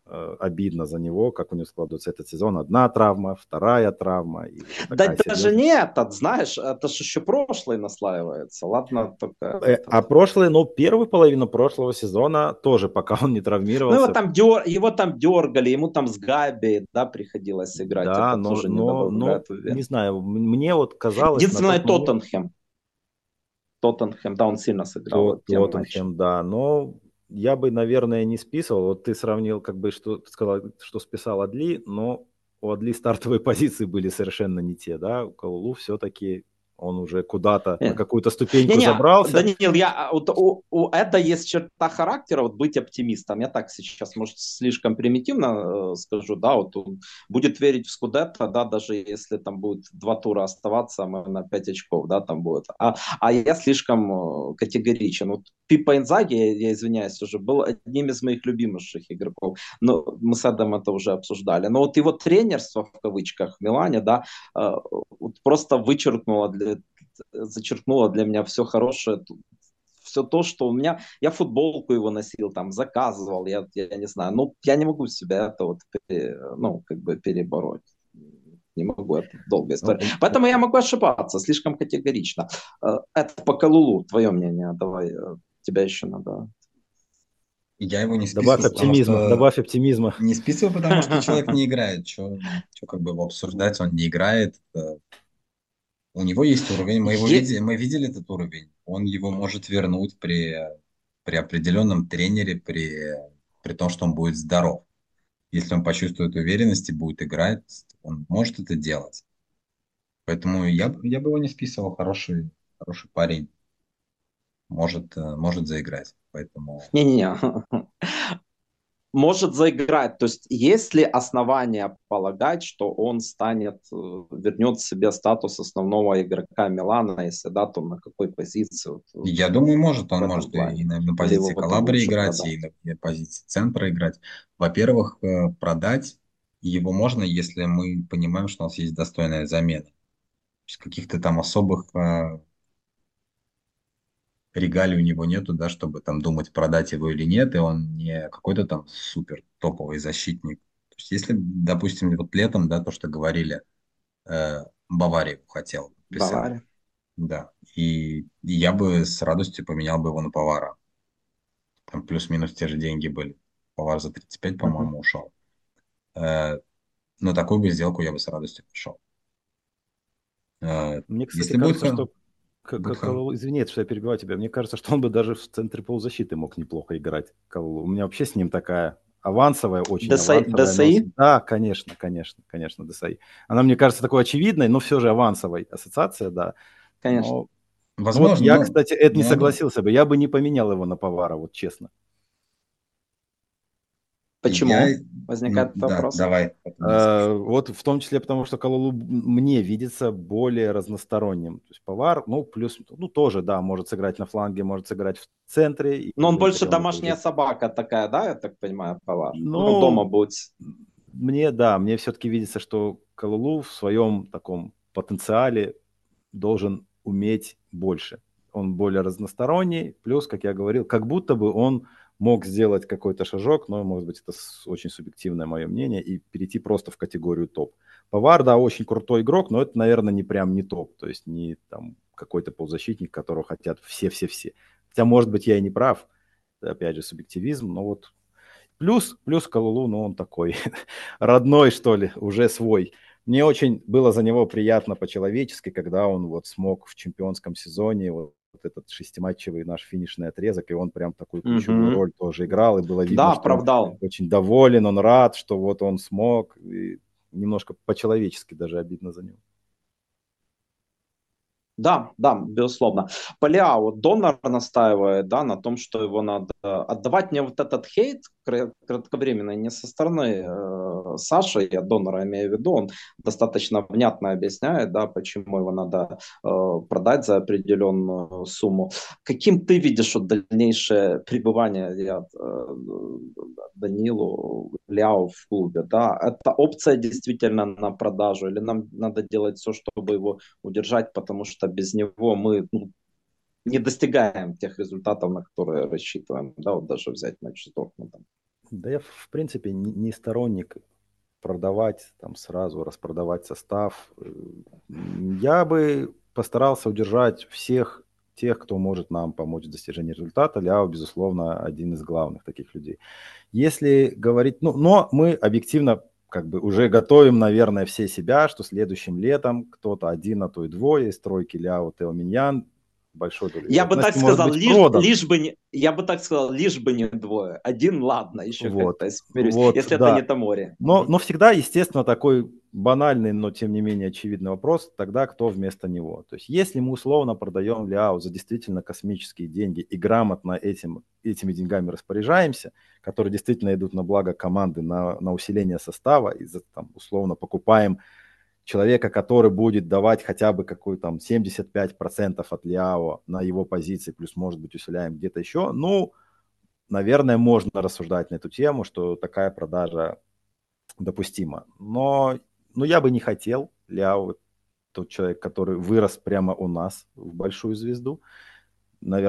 обидно за него, как у него складывается этот сезон. Одна травма, вторая травма и вот Да такая даже серьезная. не этот, знаешь, это же еще прошлый наслаивается. Ладно, только этот. А прошлый, ну, первую половину прошлого сезона тоже, пока он не Ну, травмировался, его там дергали, ему там с Габи, да, приходилось играть. да, Это тоже не но добавляет не уверен. знаю, мне вот казалось на Единственное, тот момент, Тоттенхэм. Тоттенхэм, да, он сильно сыграл вот те матчи. Тоттенхэм, да, но я бы, наверное, не списывал. Вот ты сравнил, как бы, что ты сказал, что списал Адли, но у Адли стартовые позиции были совершенно не те, да, у Калулу все-таки он уже куда-то на какую-то ступеньку Не-не, забрался. Даниил, вот у Эда есть черта характера, вот быть оптимистом. Я так сейчас, может, слишком примитивно скажу, да, вот он будет верить в Скудетто, да, даже если там будет 2 тура оставаться, мы на 5 очков, да, там будет. А я слишком категоричен. Вот Пиппа Инзаги, я извиняюсь, уже был одним из моих любимейших игроков. Но мы с Эдом это уже обсуждали. Но вот его тренерство, в кавычках, в Милане, да, вот просто зачеркнуло для меня все хорошее, все то, что у меня, я футболку его носил, там, заказывал, я не знаю, ну, я не могу себя это вот, ну, как бы перебороть. Не могу, это долгая Ну, история. Поэтому я могу ошибаться слишком категорично. Это по Калулу, твое мнение, давай, тебя еще надо Я его не добавь списываю, потому оптимизма, что добавь оптимизма. не списываю, потому что человек не играет. Что как бы его обсуждать, он не играет. У него есть уровень, мы видели этот уровень. Он его может вернуть при определенном тренере, при том, что он будет здоров. Если он почувствует уверенность и будет играть, он может это делать. Поэтому я бы его не списывал. Хороший парень. Может заиграть. Поэтому Не-не-не. Может заиграть. То есть есть ли основания полагать, что он вернет себе статус основного игрока Милана, если да, то на какой позиции я думаю, в он этом может и плане? на Или его позиции потом Калабри лучше играть, и продать? на позиции центра играть. Во-первых, продать его можно, если мы понимаем, что у нас есть достойная замена. То есть каких-то там особых регалий у него нету, да, чтобы там думать, продать его или нет, и он не какой-то там супер топовый защитник. То есть если, допустим, вот летом, да, то, что говорили, Баварию хотел, писали, Бавария. да, и я бы с радостью поменял бы его на Павара. Там плюс-минус те же деньги были. Павар за 35, Мгм. по-моему, ушел. Э, На такую бы сделку я бы с радостью пошел. Мне, кстати, Если будет, кажется, что будет Извини, что я перебиваю тебя. Мне кажется, что он бы даже в центре полузащиты мог неплохо играть. Калулу. У меня вообще с ним такая авансовая, очень авансовая. Но... ДСИ? Да, конечно, ДСАИ. Она, мне кажется, такой очевидной, но все же авансовой ассоциация, да. Конечно. Но ну вот возможно, я, но кстати, это не молодой. согласился бы. Я бы не поменял его на Павара, вот честно. Я, Почему? Возникает да, вопрос. давай, потом я скажу. Вот в том числе потому, что Калулу мне видится более разносторонним. То есть Павар, ну, плюс, ну, тоже, да, может сыграть на фланге, может сыграть в центре, и Но в он больше центре он это уже... домашняя собака такая, да, я так понимаю, Павар? Ну, дома Ну, будет. мне все-таки видится, что Калулу в своем таком потенциале должен уметь больше. Он более разносторонний, плюс, как я говорил, как будто бы он мог сделать какой-то шажок, но, может быть, это очень субъективное мое мнение, и перейти просто в категорию топ. Павар, да, очень крутой игрок, но это, наверное, не прям не топ, то есть не там какой-то полузащитник, которого хотят все-все-все. Хотя, может быть, я и не прав, это, опять же, субъективизм, но вот плюс Калулу, ну, он такой родной, что ли, уже свой. Мне очень было за него приятно по-человечески, когда он вот смог в чемпионском сезоне вот этот шестиматчевый наш финишный отрезок, и он прям такую ключевую Мгм. роль тоже играл, и было Да, видно, что он оправдал. очень доволен, он рад, что вот он смог, и немножко по-человечески даже обидно за него. Да, да, безусловно. Паляо, Донор настаивает, да, на том, что его надо отдавать. Мне вот этот хейт кратковременный не со стороны Саши, я Донора имею в виду, он достаточно внятно объясняет, да, почему его надо продать за определенную сумму. Каким ты видишь вот дальнейшее пребывание Данилу Ляо в клубе, да? Это опция действительно на продажу, или нам надо делать все, чтобы его удержать, потому что без него мы не достигаем тех результатов, на которые рассчитываем. Да, вот даже взять матч с Дортмундом. Да я, в принципе, не сторонник продавать там сразу, распродавать состав. Я бы постарался удержать всех тех, кто может нам помочь в достижении результата. Ляо, безусловно, один из главных таких людей. Если говорить, ну, но мы объективно как бы уже готовим, наверное, все себя, что следующим летом кто-то один, а то и двое из тройки Ляо, Тео Миньян большой долей Я бы так вероятности может сказал, быть продан. я бы так сказал, лишь бы не двое. Один, ладно, еще Вот, как-то смирюсь, вот, если это не да. Тамори. Но всегда, естественно, такой банальный, но тем не менее очевидный вопрос, тогда кто вместо него. То есть если мы условно продаем Ляо за действительно космические деньги и грамотно этими деньгами распоряжаемся, которые действительно идут на благо команды, на усиление состава, и там, условно покупаем человека, который будет давать хотя бы какую там 75% от Ляо на его позиции, плюс, может быть, усиляем где-то еще, ну, наверное, можно рассуждать на эту тему, что такая продажа допустимо. Но я бы не хотел. Ляо тот человек, который вырос прямо у нас в большую звезду. Наверное,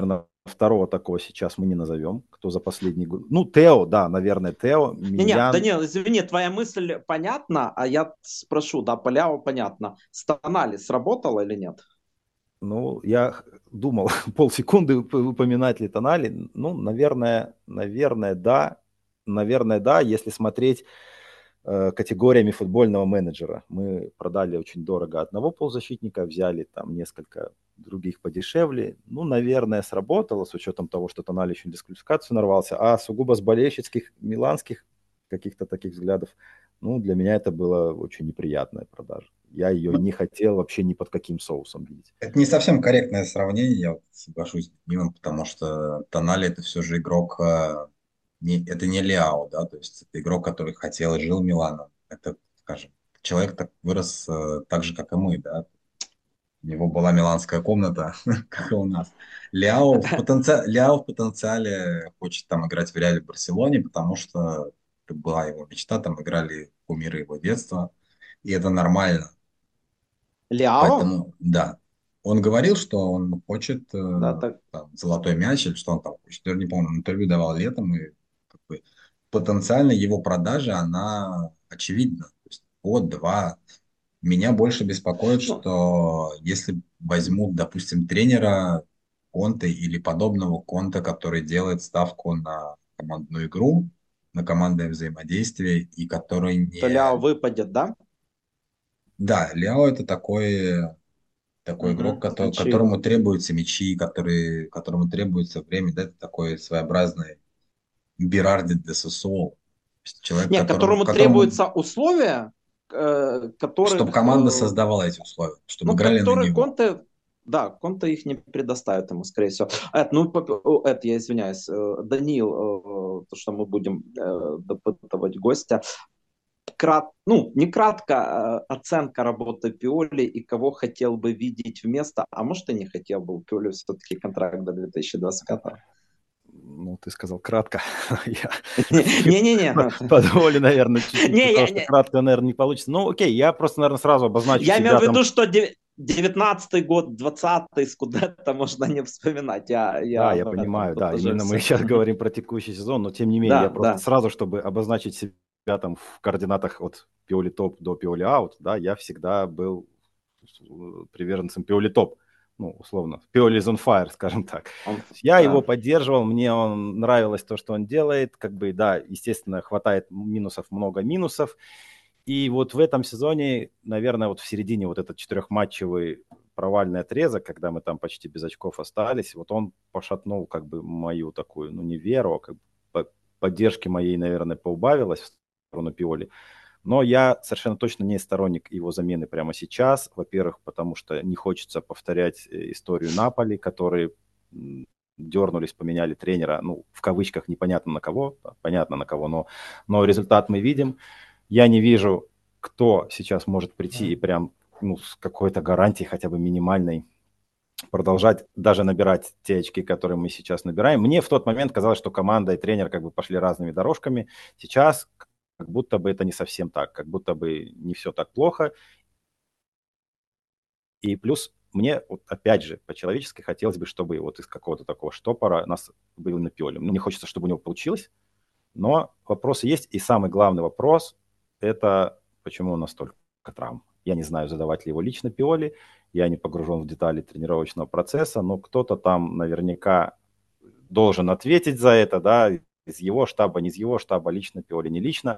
второго такого сейчас мы не назовем, кто за последний год. Ну, Тео, да, наверное, Тео, Не, Миньян. Данил, извини, твоя мысль понятна, а я спрошу, да, Поляо понятно. С Тонали сработало или нет? Ну, я думал полсекунды упоминать ли Тонали. Ну, наверное, да. Наверное, да, если смотреть категориями футбольного менеджера. Мы продали очень дорого одного полузащитника, взяли там несколько других подешевле. Ну, наверное, сработало, с учетом того, что Тонали еще на дисквалификацию нарвался. А сугубо с болельщицких, миланских каких-то таких взглядов, ну, для меня это была очень неприятная продажа. Я ее не хотел вообще ни под каким соусом видеть. Это не совсем корректное сравнение, я вот соглашусь с ним, потому что Тонали это все же игрок, это не Лиао, да, то есть это игрок, который хотел и жил Миланом. Это, скажем, человек так вырос так же, как и мы, да. У него была миланская комната, как и у нас. Ляо в потенциале хочет там играть в Реале в Барселоне, потому что это была его мечта, там играли кумиры его детства, и это нормально. Ляо? Поэтому, да, он говорил, что он хочет Да, так. там, золотой мяч, или что он там хочет. Я не помню, он интервью давал летом, и как бы, потенциально его продажа, она очевидна. То есть год-два. Меня больше беспокоит, Ну, что если возьмут, допустим, тренера Конте или подобного Конте, который делает ставку на командную игру, на командное взаимодействие, и который то Ляо не... выпадет, да? Да, Ляо это такой игрок, Угу, которому требуются мячи, которому требуется время, да, это такой своеобразный Берарди де Сосуол. То есть человек, Не, которому которому, требуются условия, чтобы которых, команда создавала эти условия, чтобы ну, играли на которые него. Конте, да, Конте их не предоставит ему, скорее всего. Я извиняюсь, Даниил, то, что мы будем допытывать гостя. Ну, не кратко, оценка работы Пиоли и кого хотел бы видеть вместо, а может и не хотел бы, у Пиоли все-таки контракт до 2025. Ну, ты сказал кратко. Я Не-не-не. позволю, наверное, чуть-чуть, Не, потому что кратко, наверное, не получится. Ну, окей, я просто, наверное, сразу обозначу я имел себя в там. виду, что 19-й год, 20-й Скудетто можно не вспоминать. Да, Я я в этом понимаю, да, тут уже именно мы все. сейчас говорим про текущий сезон, но тем не менее, я Да, просто да. сразу, чтобы обозначить себя там в координатах от Пиоли топ до Пиоли аут, да, я всегда был приверженцем Пиоли топ, ну, условно, Пиоли is on fire, скажем так. Я его Да. поддерживал, мне он нравилось то, что он делает, как бы, да, естественно, хватает минусов, много минусов, и вот в этом сезоне, наверное, вот в середине вот этот четырехматчевый провальный отрезок, когда мы там почти без очков остались, вот он пошатнул как бы мою такую, ну, не веру, а как бы поддержки моей, наверное, поубавилось в сторону Пиоли. Но я совершенно точно не сторонник его замены прямо сейчас. Во-первых, потому что не хочется повторять историю Наполи, которые дернулись, поменяли тренера, ну, в кавычках, непонятно на кого, понятно на кого, но результат мы видим. Я не вижу, кто сейчас может прийти и прям, ну, с какой-то гарантией хотя бы минимальной продолжать даже набирать те очки, которые мы сейчас набираем. Мне в тот момент казалось, что команда и тренер как бы пошли разными дорожками. Сейчас как будто бы это не совсем так, как будто бы не все так плохо. И плюс мне, вот опять же, по-человечески хотелось бы, чтобы вот из какого-то такого штопора нас был на Пиоле. Ну, мне хочется, чтобы у него получилось, но вопросы есть. И самый главный вопрос – это почему у нас столько травм. Я не знаю, задавать ли его лично Пиоли, я не погружен в детали тренировочного процесса, но кто-то там наверняка должен ответить за это, да, из его штаба, не из его штаба, лично Пиоли, не лично.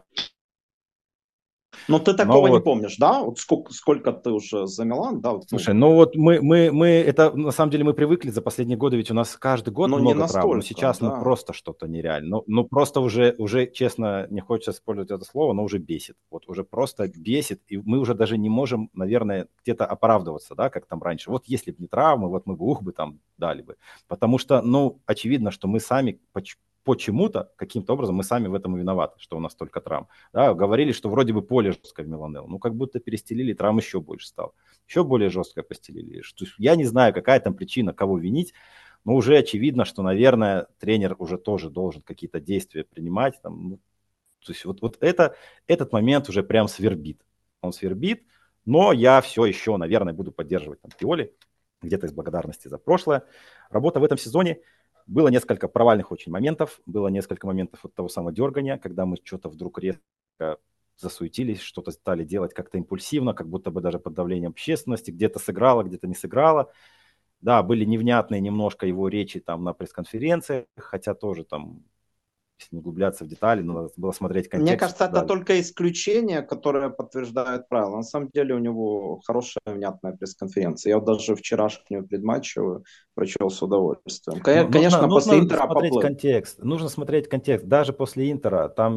Но ты Но такого не вот помнишь, да? Вот сколько ты уже за Милан, да? Вот, слушай, ну вот мы, это на самом деле мы привыкли за последние годы, ведь у нас каждый год ну, не много травм, но настолько, сейчас ну да. просто что-то нереально. Ну просто уже, честно, не хочется использовать это слово, но уже бесит. Вот уже просто бесит, и мы уже даже не можем, наверное, где-то оправдываться, да, как там раньше. Вот если бы не травмы, вот мы бы, бы там дали бы. Потому что, ну, очевидно, что мы сами почему-то, каким-то образом, мы сами в этом и виноваты, что у нас столько травм. Да, говорили, что вроде бы поле жесткое в Миланелло, ну как будто перестелили, травм еще больше стало. Еще более жестко постелили. Я не знаю, какая там причина, кого винить, но уже очевидно, что, наверное, тренер уже тоже должен какие-то действия принимать. Там, ну, то есть вот этот момент уже прям свербит. Он свербит, но я все еще, наверное, буду поддерживать там Пиоли, где-то из благодарности за прошлое. Работа в этом сезоне Было несколько провальных очень моментов, было несколько моментов вот того самого дергания, когда мы что-то вдруг резко засуетились, что-то стали делать как-то импульсивно, как будто бы даже под давлением общественности, где-то сыграло, где-то не сыграло. Да, были невнятные немножко его речи там на пресс-конференциях, хотя тоже там, если не углубляться в детали, надо было смотреть Мне контекст. кажется, это Да. только исключение, которое подтверждает правило. На самом деле у него хорошая, внятная пресс-конференция. Я вот даже вчерашнюю предматчевую прочел с удовольствием. Конечно, после Нужно Интера смотреть поплыл. контекст. Нужно смотреть контекст. Даже после Интера там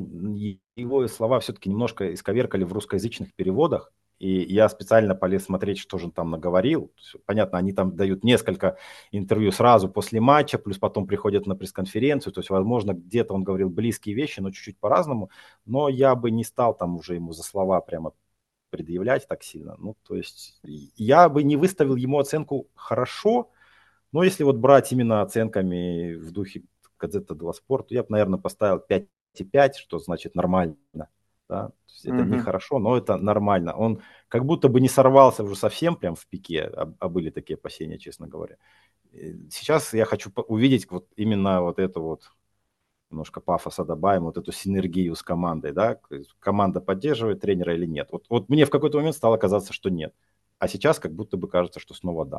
его слова все-таки немножко исковеркали в русскоязычных переводах. И я специально полез смотреть, что же он там наговорил. Понятно, они там дают несколько интервью сразу после матча, плюс потом приходят на пресс-конференцию. То есть, возможно, где-то он говорил близкие вещи, но чуть-чуть по-разному. Но я бы не стал там уже ему за слова прямо предъявлять так сильно. Ну, то есть, я бы не выставил ему оценку «хорошо», но если вот брать именно оценками в духе Газета Делла Спорт, я бы, наверное, поставил 5,5, что значит нормально. Да? То есть это не хорошо, но это нормально. Он как будто бы не сорвался уже совсем прям в пике, а были такие опасения, честно говоря. Сейчас я хочу увидеть вот именно вот эту вот немножко пафоса добавим, вот эту синергию с командой, да, команда поддерживает тренера или нет. Вот мне в какой-то момент стало казаться, что нет, а сейчас как будто бы кажется, что снова да.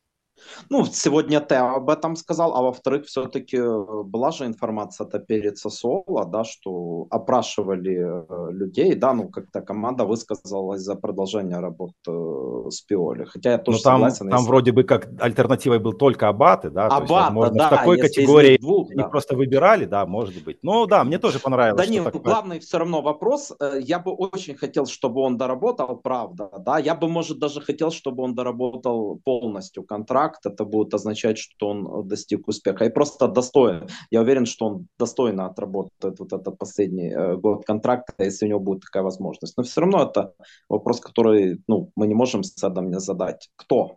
Ну, сегодня ты об этом сказал, а во-вторых, все-таки была же информация-то перед Сосоло, да, что опрашивали людей, да, ну, как-то команда высказалась за продолжение работы с Пиоли. Хотя я Но тоже там согласен, если... вроде бы как альтернативой был только Абаты, да, то есть, Абата, возможно, в да, такой если из них категории двух, они да. просто выбирали, да, может быть. Ну да, мне тоже понравилось, что Данил, такое. главный все равно вопрос. Я бы очень хотел, чтобы он доработал, правда. Да? Я бы, может, даже хотел, чтобы он доработал полностью контракт. Это будет означать, что он достиг успеха. И просто достоин. Я уверен, что он достойно отработает вот этот последний год контракта, если у него будет такая возможность. Но все равно это вопрос, который мы не можем с Эдом не задать. Кто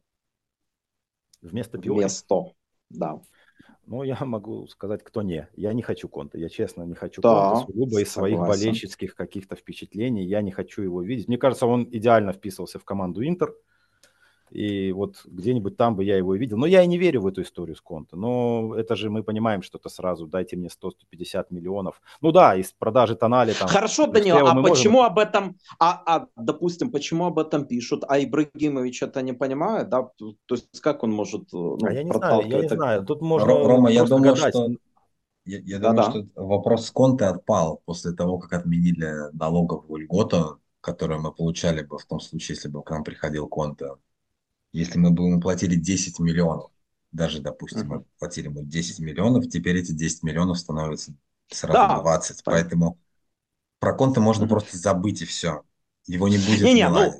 Вместо Пиоли? вместо? Да. Ну, я могу сказать, кто не. Я не хочу Конте. Я честно не хочу Конте. Да, Сугубо из своих согласен. болельщических каких-то впечатлений. Я не хочу его видеть. Мне кажется, он идеально вписывался в команду Интер. И вот где-нибудь там бы я его и видел. Но я и не верю в эту историю с Конте. Но это же мы понимаем, что это сразу дайте мне 100-150 миллионов. Ну да, из продажи Тонали там. Хорошо, Данил, а мы почему можем... об этом, допустим, почему об этом пишут, а Ибрагимович это не понимает, да? То есть как он может я не проталкивать? знаю. Тут можно Рома, я просто думаю, гадать. что я думаю, Да-да. что вопрос с Конте отпал после того, как отменили налоговую льготу, которую мы получали бы в том случае, если бы к нам приходил Конте. Если мы бы ему платили 10 миллионов, даже, допустим, мы Мгм. платили ему 10 миллионов, теперь эти 10 миллионов становятся сразу Да. 20. Поэтому про Конте можно Мгм. просто забыть и все. Его не будет в Не-не, Милане.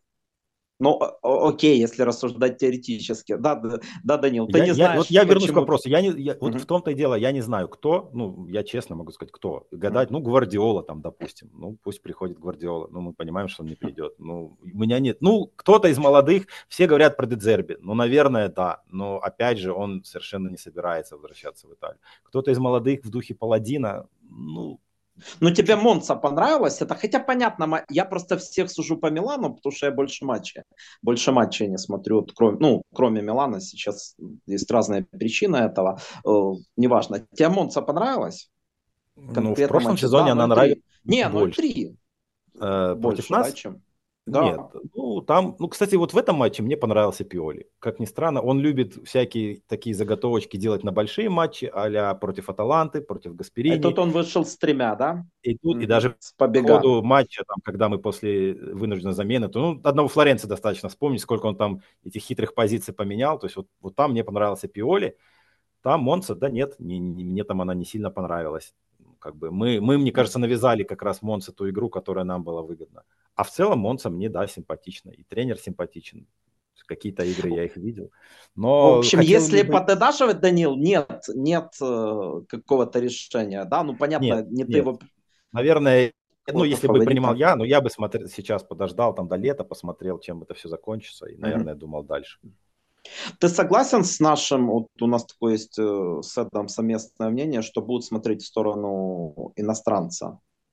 окей, если рассуждать теоретически. Да, да, да, Данил, ты не Вот знаешь, я вернусь к почему... вопросу. Вот в Мгм. том-то и дело, я не знаю, кто. Ну, я честно могу сказать, кто. Мгм. Гадать, Гвардиола там, допустим. Ну, пусть приходит Гвардиола. Ну, мы понимаем, что он не придет. Ну, у меня нет. Ну, кто-то из молодых, все говорят про Дедзерби. Ну, наверное, да. Но, опять же, он совершенно не собирается возвращаться в Италию. Кто-то из молодых в духе Паладина, ну, Ну, тебе Монца понравилось? Это, хотя понятно, я просто всех сужу по Милану, потому что я больше матчей не смотрю. Вот кроме Милана сейчас есть разные причины этого. Неважно. Тебе Монца понравилось? ну, в Конкретно прошлом матче? сезоне Да, она нравилась 0-3. Не, больше. 0-3 Против больше, да, нас? чем... Нет, Да. кстати, вот в этом матче мне понравился Пиоли. Как ни странно, он любит всякие такие заготовочки делать на большие матчи, а-ля против Аталанты, против И Гасперини. тут он вышел с 3, да? И даже С по побегами. ходу матча, там, когда мы после вынужденной замены, то одного Флоренции достаточно вспомнить, сколько он там этих хитрых позиций поменял. То есть вот там мне понравился Пиоли, там Монца, да нет, мне там она не сильно понравилась. Как бы мне кажется, навязали как раз Монце ту игру, которая нам была выгодна. А в целом Монца мне, да, симпатично. И тренер симпатичен. Какие-то игры я их видел. В Но общем, хотел если ли бы... подытаживать, Данил, нет какого-то решения, да? Ну, Нет, понятно, не ты нет. его Наверное, какого-то если бы принимал фаворита. я, но я бы сейчас подождал там до лета, посмотрел, чем это все закончится, и, Мгм. наверное, думал дальше. Ты согласен с нашим, вот у нас такое есть с Эдом совместное мнение, что будут смотреть в сторону иностранца?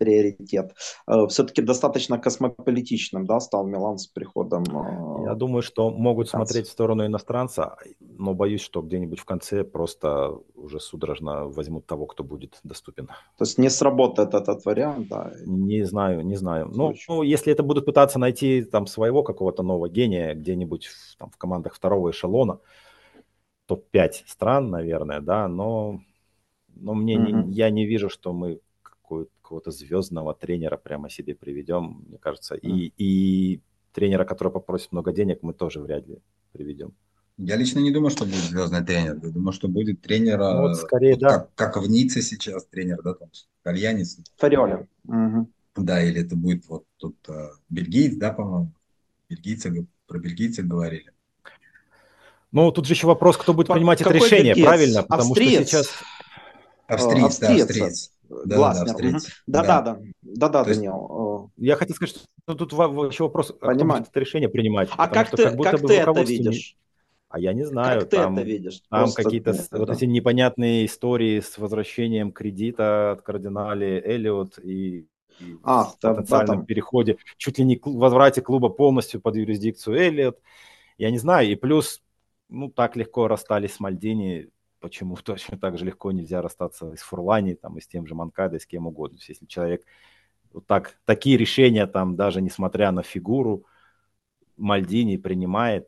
приоритет. Все-таки достаточно космополитичным, да, стал Милан с приходом Я думаю, что могут американцев. смотреть в сторону иностранца, но боюсь, что где-нибудь в конце просто уже судорожно возьмут того, кто будет доступен. То есть не сработает этот вариант, да. Не знаю, не знаю. Но если это будут пытаться найти там своего какого-то нового гения где-нибудь там, в командах второго эшелона, топ-5 стран, наверное, да, но я не вижу, что мы какого-то звездного тренера прямо себе приведем, мне кажется. И тренера, который попросит много денег, мы тоже вряд ли приведем. Я лично не думаю, что будет звездный тренер. Я думаю, что будет тренер, Вот скорее, да. как в Ницце сейчас тренер, да, там, Кальянис. Фариоли. Да, или это будет вот тут бельгиец, да, по-моему. Про бельгийцев говорили. Ну, тут же еще вопрос, кто будет принимать это Какой решение, бельгиец? правильно? Потому что Австриец? сейчас... Австриец. Гласнер. Австриец. Да, есть... Даниил. Я хотел сказать, что тут еще вопрос, кто будет это решение принимать. А как ты это видишь? А я не знаю. Как ты это видишь? Там какие-то вот эти непонятные истории с возвращением кредита от кардинали Эллиот и в потенциальном переходе, чуть ли не возврате клуба полностью под юрисдикцию Эллиот. Я не знаю. И плюс, так легко расстались с Мальдини, почему точно так же легко нельзя расстаться с Фурлани, там, и с тем же Манкадо, и с кем угодно. То есть, если человек вот такие решения, там, даже несмотря на фигуру, Мальдини принимает,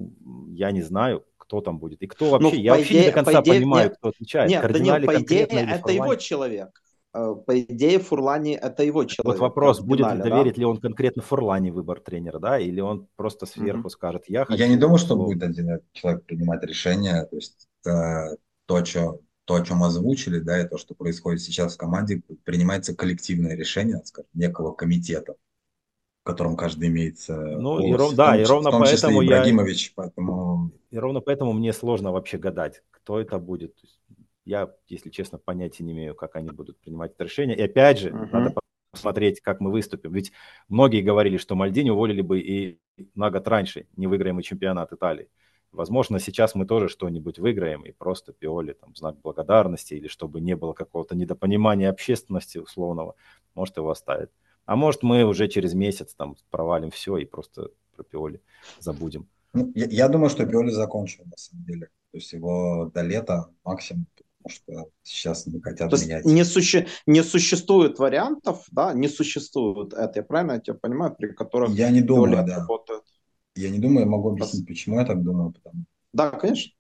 я не знаю, кто там будет. И кто вообще, я вообще не до конца понимаю, кто отвечает. Нет, Данил, по идее, это его человек. По идее, Фурлани это его человек. Вот вопрос, будет доверить ли он конкретно Фурлани выбор тренера, да, или он просто сверху скажет, я хочу... Я не думаю, что будет один человек принимать решение, то есть то, о чем озвучили, да, и то, что происходит сейчас в команде, принимается коллективное решение, скажем, некого комитета, в котором каждый имеет голос, в том числе Ибрагимович, поэтому... И ровно поэтому мне сложно вообще гадать, кто это будет. Я, если честно, понятия не имею, как они будут принимать это решение. И опять же, надо посмотреть, как мы выступим. Ведь многие говорили, что Мальдини уволили бы и на год раньше, не выиграем мы чемпионат Италии. Возможно, сейчас мы тоже что-нибудь выиграем, и просто Пиоли там знак благодарности, или чтобы не было какого-то недопонимания общественности условного, может, его оставят. А может, мы уже через месяц там провалим все и просто про Пиоли забудем. Я думаю, что Пиоли закончил, на самом деле. То есть его до лета максимум, потому что сейчас не хотят менять. Не существует вариантов, да, не существует это, я правильно тебя понимаю, при которых я не думаю, Пиоли работает. Я не думаю, я могу объяснить, почему я так думаю. Да, конечно.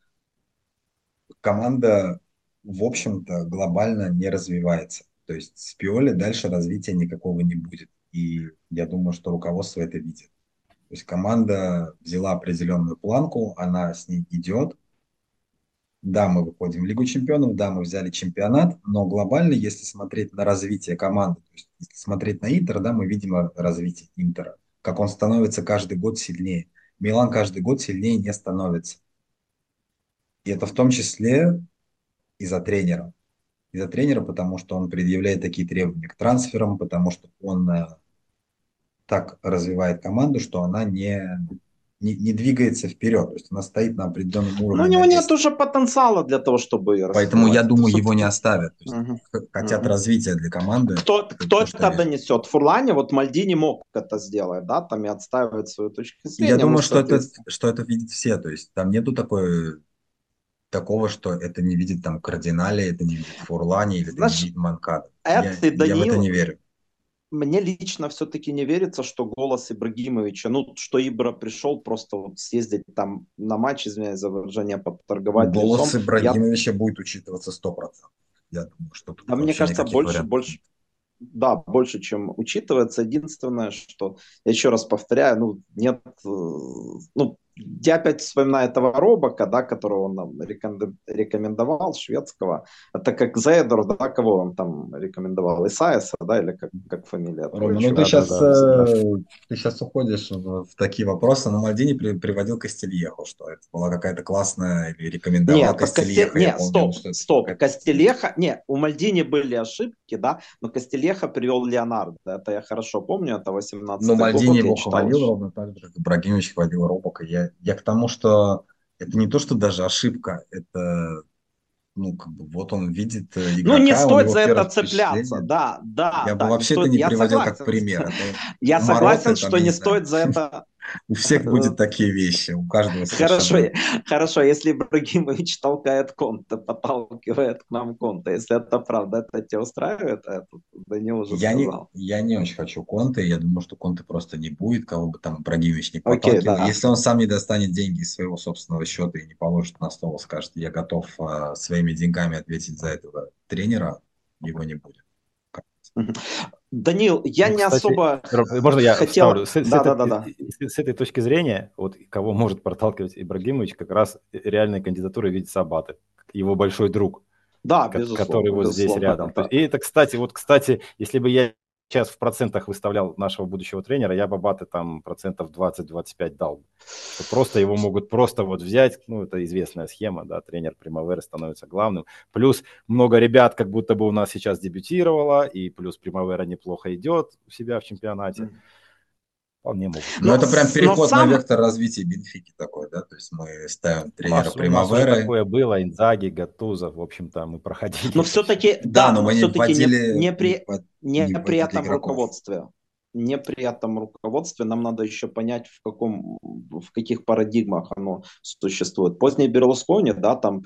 Команда, в общем-то, глобально не развивается. То есть с Пиоли дальше развития никакого не будет. И я думаю, что руководство это видит. То есть команда взяла определенную планку, она с ней идет. Да, мы выходим в Лигу чемпионов, да, мы взяли чемпионат, но глобально, если смотреть на развитие команды, то есть если смотреть на Интер, да, мы видим развитие Интера, как он становится каждый год сильнее. Милан каждый год сильнее не становится. И это в том числе из-за тренера. Из-за тренера, потому что он предъявляет такие требования к трансферам, потому что он так развивает команду, что она не двигается вперед. То есть она стоит на определенном уровне. Но у него нет уже потенциала для того, чтобы ее раскрывать. Поэтому я думаю, его не оставят. То есть хотят развития для команды. Кто это донесет? Фурлани, вот Мальдини мог это сделать, да, там и отстаивать свою точку зрения. Я думаю, что это видят все. То есть там нету такого, что это не видит там Кардинали, это не видит Фурлани или это не видит Манкадо. Я в это не верю. Мне лично все-таки не верится, что голос Ибрагимовича, что Ибра пришел просто вот съездить там на матч, извиняюсь за выражение, поторговать голос лицом. Ибрагимовича будет учитываться 100%. Я думаю, что тут мне кажется, больше, чем учитывается. Единственное, что, я еще раз повторяю, нет, я опять вспоминаю этого Робока, да, которого он нам рекомендовал, шведского. Это как Зейдер, да, кого он там рекомендовал, Исаиса, да, или как фамилия? Рома, ты сейчас уходишь в такие вопросы, но Мальдини приводил Кастильехо, что это была какая-то классная, или рекомендовал Кастильехо. Нет, стоп, Кастильехо, у Мальдини были ошибки, да, но Кастильехо привел Леонардо, это я хорошо помню, это 18-й год. Но Мальдини его хвалил ровно так же, как Ибрагимович хвалил Робока. Я к тому, что это не то, что даже ошибка, это ну, как бы, вот он видит Ну, не игрока, у стоит него за это первое цепляться, впечатление. да, да, Я бы да, не вообще это стоит, не я приводил как согласен, пример. Это я мороты, согласен, там, что я не не знаю. стоит за это. У всех будет такие вещи, у каждого Хорошо, совершенно. хорошо, если Ибрагимович толкает Конте, подталкивает к нам Конте, если это правда, это тебя устраивает? Это Данил уже сказал. Я не очень хочу Конте, я думаю, что Конте просто не будет, кого бы там Ибрагимович не Окей, подталкивал. да. Если он сам не достанет деньги из своего собственного счета и не положит на стол, скажет, я готов своими деньгами ответить за этого тренера, его не будет. Мгм. Данил, я Ну, не кстати, особо можно я вставлю? хотел... Да, да, да, да. С этой точки зрения, вот кого может проталкивать Ибрагимович, как раз реальной кандидатурой видит Сабаты, его большой друг, Да, который безусловно, вот здесь безусловно, рядом. это так. И это, кстати, если бы я сейчас в процентах выставлял нашего будущего тренера, я бы Баты там процентов 20-25 дал. Что просто его могут просто вот взять, ну, это известная схема, да, тренер Примаверы становится главным. Плюс много ребят как будто бы у нас сейчас дебютировало, и плюс Примавера неплохо идет у себя в чемпионате. Вполне могут. Но это прям Но переход на сам... вектор развития Бенфики такой, да? То есть мы ставим У тренера нас, у нас уже Примаверы. такое было, Инзаги, Гаттузо, в общем-то, мы проходили Но это все. все-таки, Да, да, но но мы не все-таки вводили, не не при вводили этом игроков. руководстве. Не при этом руководстве нам надо еще понять, в каких парадигмах оно существует. Поздний Берлускони, да, там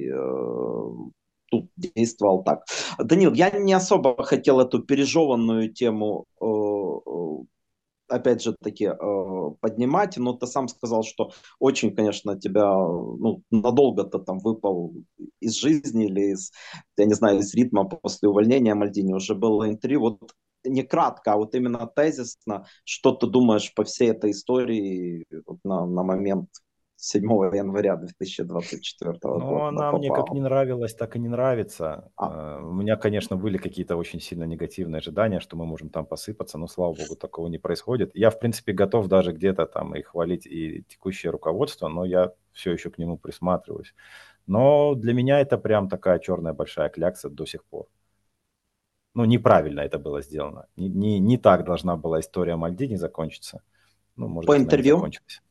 тут действовал так. Данил, я не особо хотел эту пережеванную тему опять же таки поднимать, но ты сам сказал, что очень, конечно, тебя, ну, надолго ты там выпал из жизни или из, я не знаю, из ритма после увольнения Мальдини. Уже было интервью, вот не кратко, а вот именно тезисно, что ты думаешь по всей этой истории вот на момент 7 января 2024 Но года она мне как попал. не нравилась, так и не нравится. А, У меня, конечно, были какие-то очень сильно негативные ожидания, что мы можем там посыпаться, но, слава богу, такого не происходит. Я, в принципе, готов даже где-то там и хвалить и текущее руководство, но я все еще к нему присматриваюсь. Но для меня это прям такая черная большая клякса до сих пор. Ну, неправильно это было сделано. Не так должна была история Мальдини закончиться. Ну, может по быть, она не интервью? закончилась.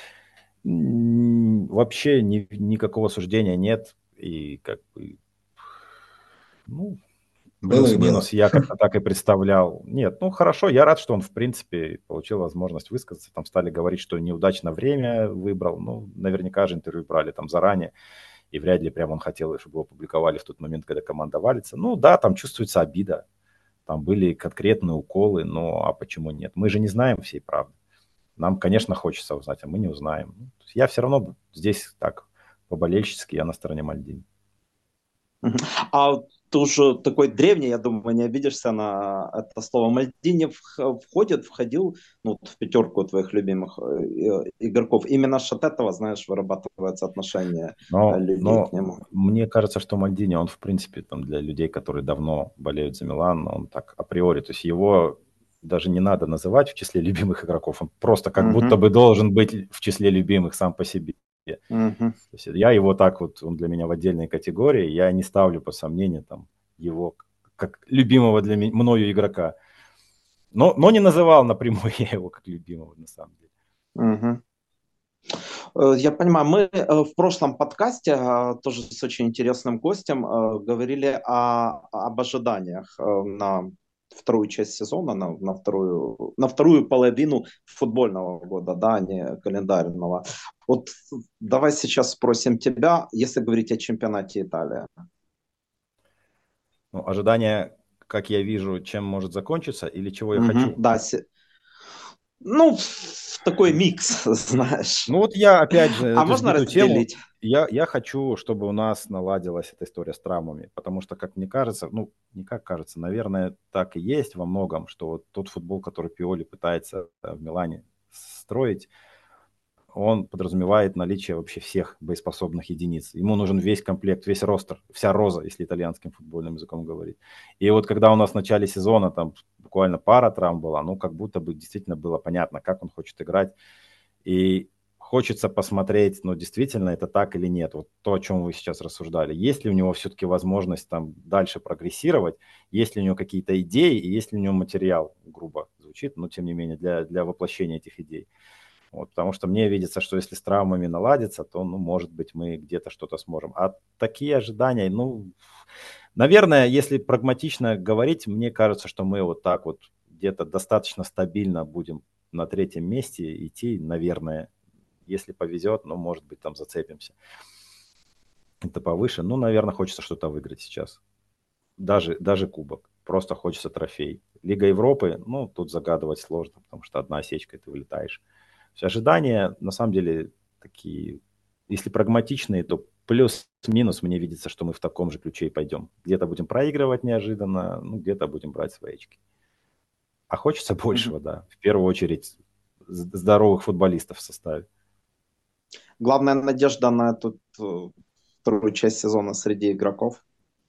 Вообще никакого суждения нет. И как бы, ну, Было и было. плюс-минус я как-то так и представлял. Нет, ну хорошо, я рад, что он, в принципе, получил возможность высказаться. Там стали говорить, что неудачно время выбрал. Ну, наверняка же интервью брали там заранее. И вряд ли прям он хотел, чтобы его опубликовали в тот момент, когда команда валится. Ну да, там чувствуется обида. Там были конкретные уколы, но а почему нет? Мы же не знаем всей правды. Нам, конечно, хочется узнать, а мы не узнаем. Ну, то есть я все равно здесь так по-болельщицки, я на стороне Мальдини. Мгм. А вот ты уже такой древний, я думаю, не обидишься на это слово. Мальдини входил, ну, вот в пятерку твоих любимых игроков. Именно ж от этого, знаешь, вырабатывается отношение людей к Но нему. мне кажется, что Мальдини, он, в принципе, там, для людей, которые давно болеют за Милан, он так априори, то есть его даже не надо называть в числе любимых игроков, он просто как будто Мгм. бы должен быть в числе любимых сам по себе. Мгм. То есть я его так вот, он для меня в отдельной категории, я не ставлю по сомнению там его как любимого для мною игрока. Но не называл напрямую я его как любимого на самом деле. Мгм. Я понимаю, мы в прошлом подкасте тоже с очень интересным гостем говорили об ожиданиях на вторую часть сезона, на вторую половину футбольного года, да, а не календарного. Вот давай сейчас спросим тебя, если говорить о чемпионате Италии. Ну, ожидание, как я вижу, чем может закончиться или чего я Мгм, хочу. да, ну, такой микс, знаешь. Ну вот я опять же А эту можно сбитую тему, разделить? я хочу, чтобы у нас наладилась эта история с травмами, потому что, как мне кажется, ну, не как кажется, наверное, так и есть во многом, что вот тот футбол, который Пиоли пытается в Милане строить, он подразумевает наличие вообще всех боеспособных единиц. Ему нужен весь комплект, весь ростер, вся роза, если итальянским футбольным языком говорить. И вот когда у нас в начале сезона там буквально пара травм была, ну, как будто бы действительно было понятно, как он хочет играть. И хочется посмотреть, ну, действительно это так или нет. Вот то, о чем вы сейчас рассуждали. Есть ли у него все-таки возможность там дальше прогрессировать? Есть ли у него какие-то идеи? И есть ли у него материал, грубо звучит, но тем не менее, для воплощения этих идей? Вот, потому что мне видится, что если с травмами наладится, то, ну, может быть, мы где-то что-то сможем. А такие ожидания, ну, наверное, если прагматично говорить, мне кажется, что мы вот так вот где-то достаточно стабильно будем на третьем месте идти, наверное. Если повезет, ну, может быть, там зацепимся. Это повыше. Ну, наверное, хочется что-то выиграть сейчас. Даже кубок. Просто хочется трофей. Лига Европы, ну, тут загадывать сложно, потому что одна осечка, и ты вылетаешь. Все ожидания, на самом деле, такие, если прагматичные, то плюс-минус мне видится, что мы в таком же ключе и пойдем. Где-то будем проигрывать неожиданно, ну, где-то будем брать свои очки. А хочется большего, да. В первую очередь здоровых футболистов в составе. Главная надежда на эту вторую часть сезона среди игроков.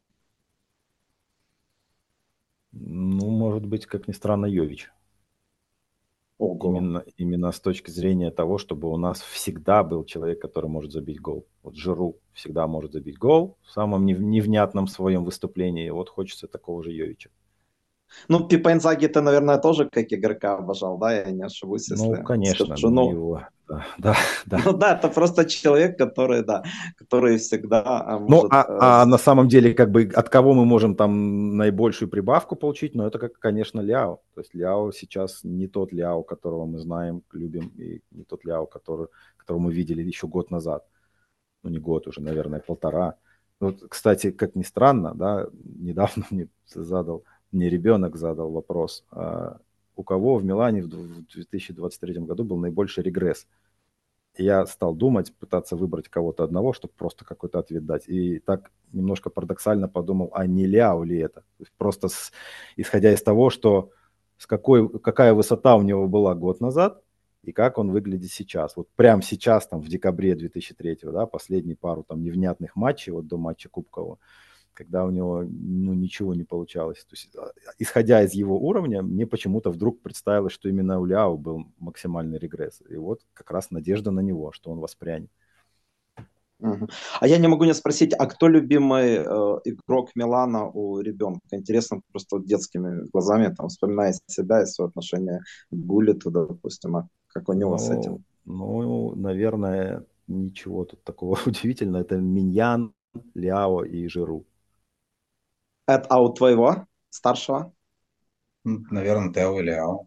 Ну, может быть, как ни странно, Йович. Ого. Именно с точки зрения того, чтобы у нас всегда был человек, который может забить гол. Вот Жиру всегда может забить гол в самом невнятном своем выступлении. Вот хочется такого же Йовича. Ну, Пипа Инзаги ты, наверное, тоже как игрока обожал, да? Я не ошибусь, Ну, если конечно, скажу. мы Ну, его... Да, да, да. ну да, это просто человек, который, да, который всегда Ну, может... а на самом деле, как бы, от кого мы можем там наибольшую прибавку получить? Ну, это, конечно, Ляо. То есть Ляо сейчас не тот Ляо, которого мы знаем, любим, и не тот Ляо, которого мы видели еще год назад. Ну, не год уже, наверное, полтора. Вот, кстати, как ни странно, да, недавно мне ребенок задал вопрос, у кого в Милане в 2023 году был наибольший регресс? И я стал думать, пытаться выбрать кого-то одного, чтобы просто какой-то ответ дать. И так немножко парадоксально подумал, а не Ляо ли это? То есть просто исходя из того, что какая высота у него была год назад, и как он выглядит сейчас. Вот прямо сейчас, там, в декабре 2003, да, последние пару там невнятных матчей, вот до матча Кубкового, когда у него, ну, ничего не получалось. То есть, исходя из его уровня, мне почему-то вдруг представилось, что именно у Ляо был максимальный регресс. И вот как раз надежда на него, что он воспрянет. Мгм. А я не могу не спросить, а кто любимый игрок Милана у ребенка? Интересно, просто вот детскими глазами, там, вспоминая себя и свое отношение к Гуллиту, допустим, а как у него с этим? Ну, наверное, ничего тут такого удивительного. Это Миньян, Ляо и Жиру. А у твоего старшего? Наверное, Тео или Ляо.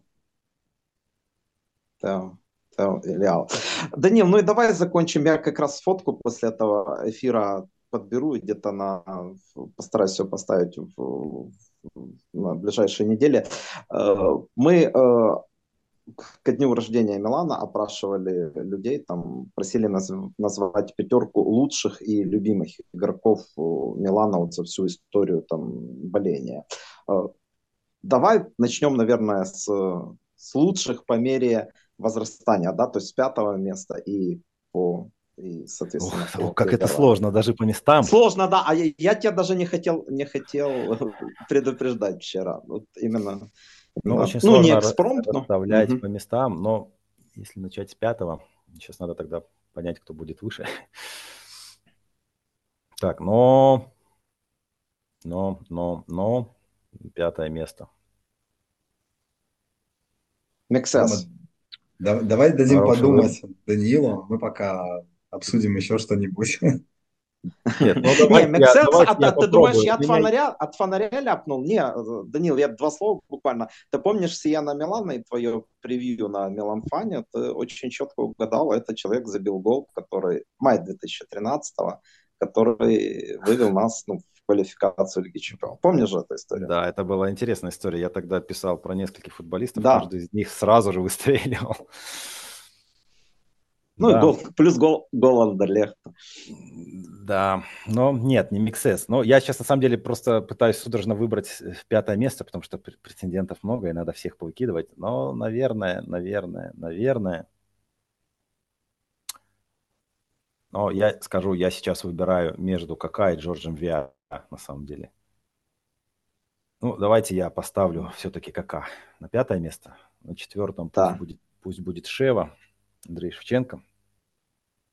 Тео, Тео или Ао. Данил, ну и давай закончим. Я как раз фотку после этого эфира подберу и где-то постараюсь все поставить на ближайшие недели. Мы ко дню рождения Милана опрашивали людей, там просили назвать пятерку лучших и любимых игроков Милана вот за всю историю там боления. Э, Давай начнем, наверное, с лучших по мере возрастания, да, то есть с пятого места соответственно, Как по это первое. сложно, даже по местам. Сложно, да, а я тебя даже не хотел предупреждать вчера. Вот Ну, очень ну, не сложно экспромт, но... расставлять Мгм. по местам, но если начать с пятого, сейчас надо тогда понять, кто будет выше. Так, но, пятое место. Мексес. Давай дадим Хороший выбор. подумать Даниилу, мы пока обсудим еще что-нибудь. Нет, ну Не, Мексенс, давайте я ты думаешь, попробую. я У меня от фонаря ляпнул? Не, Данил, я два слова буквально. Ты помнишь Сияна Милана и твое превью на Миланфане? Ты очень четко угадал. Это человек забил гол, который май 2013-го, который вывел нас в квалификацию Лиги Чемпионов. Помнишь же эту историю? Да, это была интересная история. Я тогда писал про нескольких футболистов, Да. каждый из них сразу же выстреливал. Ну и Да, плюс гол Андерлехта. да, но нет, не Миксес. Но я сейчас на самом деле просто пытаюсь судорожно выбрать пятое место, потому что претендентов много, и надо всех повыкидывать. Но, наверное. Но я скажу, я сейчас выбираю между Кака и Джорджем Виа, на самом деле. Ну, давайте я поставлю все-таки Кака на пятое место. На четвертом Да. пусть будет Шева, Андрей Шевченко.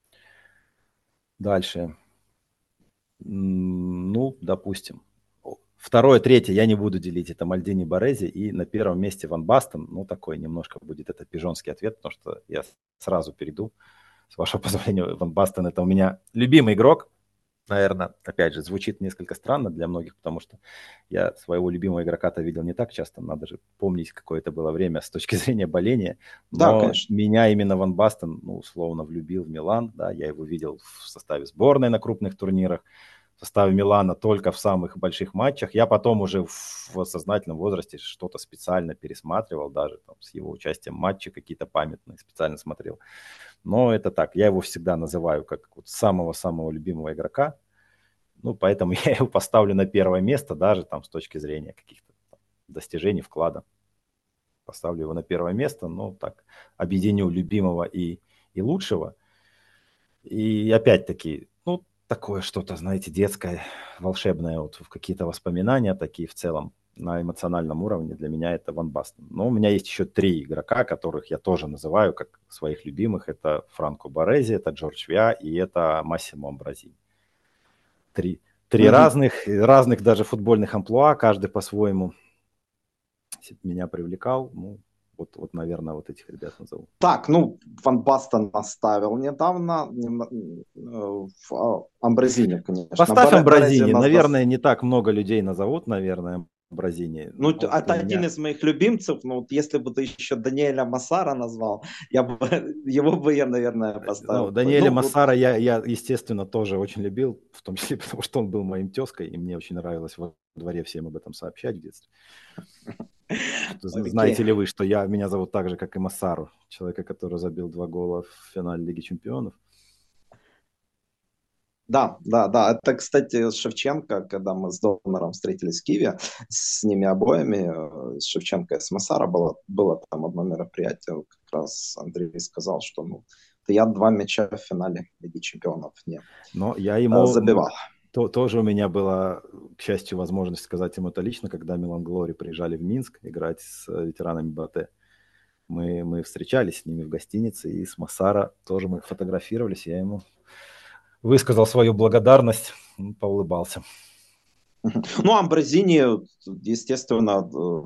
Дальше. Ну, допустим. Второе, третье я не буду делить. Это Мальдини, Барези. И на первом месте Ван Бастен. Ну, такой немножко будет это пижонский ответ, потому что я сразу перейду. С вашего позволения, Ван Бастен — это у меня любимый игрок. Наверное, опять же, звучит несколько странно для многих, потому что я своего любимого игрока-то видел не так часто. Надо же помнить, какое это было время с точки зрения боления. Да, Но конечно. меня именно Ван Бастен, ну, условно, влюбил в Милан. Да, я его видел в составе сборной на крупных турнирах, в составе Милана только в самых больших матчах. Я потом уже в сознательном возрасте что-то специально пересматривал, даже там, с его участием матчи какие-то памятные специально смотрел. Но это так, я его всегда называю как вот самого-самого любимого игрока. Ну, поэтому я его поставлю на первое место, даже там с точки зрения каких-то достижений, вклада. Поставлю его на первое место, но так объединю любимого и лучшего. И опять-таки, ну, такое что-то, знаете, детское, волшебное, вот в какие-то воспоминания такие в целом на эмоциональном уровне для меня это Ван Бастен. Но у меня есть еще 3 игрока, которых я тоже называю как своих любимых. Это Франко Барези, это Джордж Виа и это Массимо Амброзини. Три разных даже футбольных амплуа, каждый по-своему меня привлекал. Ну, вот, наверное, вот этих ребят назову. Так, ну, Ван Бастен оставил недавно. Амброзини, конечно. Поставь Амброзини. Наверное, не так много людей назовут, наверное, Амброзини. Ну, это один из моих любимцев. Но вот если бы ты еще Даниэля Массара назвал, его бы я, наверное, поставил. Ну, Даниэля Массара я, естественно, тоже очень любил, в том числе потому, что он был моим тезкой, и мне очень нравилось во дворе всем об этом сообщать в детстве. Знаете ли вы, что меня зовут так же, как и Массару, человека, который забил 2 гола в финале Лиги Чемпионов? Да. Это, кстати, Шевченко, когда мы с Донором встретились в Киеве, с ними обоими, с Шевченко и с Массара, было там одно мероприятие. Как раз Андрей сказал, что я 2 мяча в финале Лиги Чемпионов не забивал. Тоже у меня была, к счастью, возможность сказать ему это лично, когда Милан Глори приезжали в Минск играть с ветеранами БАТЭ. Мы встречались с ними в гостинице, и с Массара тоже мы фотографировались. Я ему высказал свою благодарность, поулыбался. Ну, Амброзини, естественно,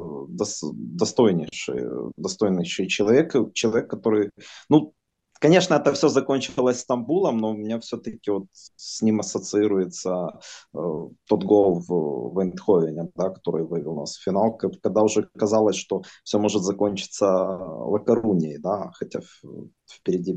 достойнейший человек, который, конечно, это все закончилось Стамбулом, но у меня все-таки вот с ним ассоциируется тот гол в Эйндховене, да, который вывел нас в финал, когда уже казалось, что все может закончиться Ла-Корунией, да, хотя впереди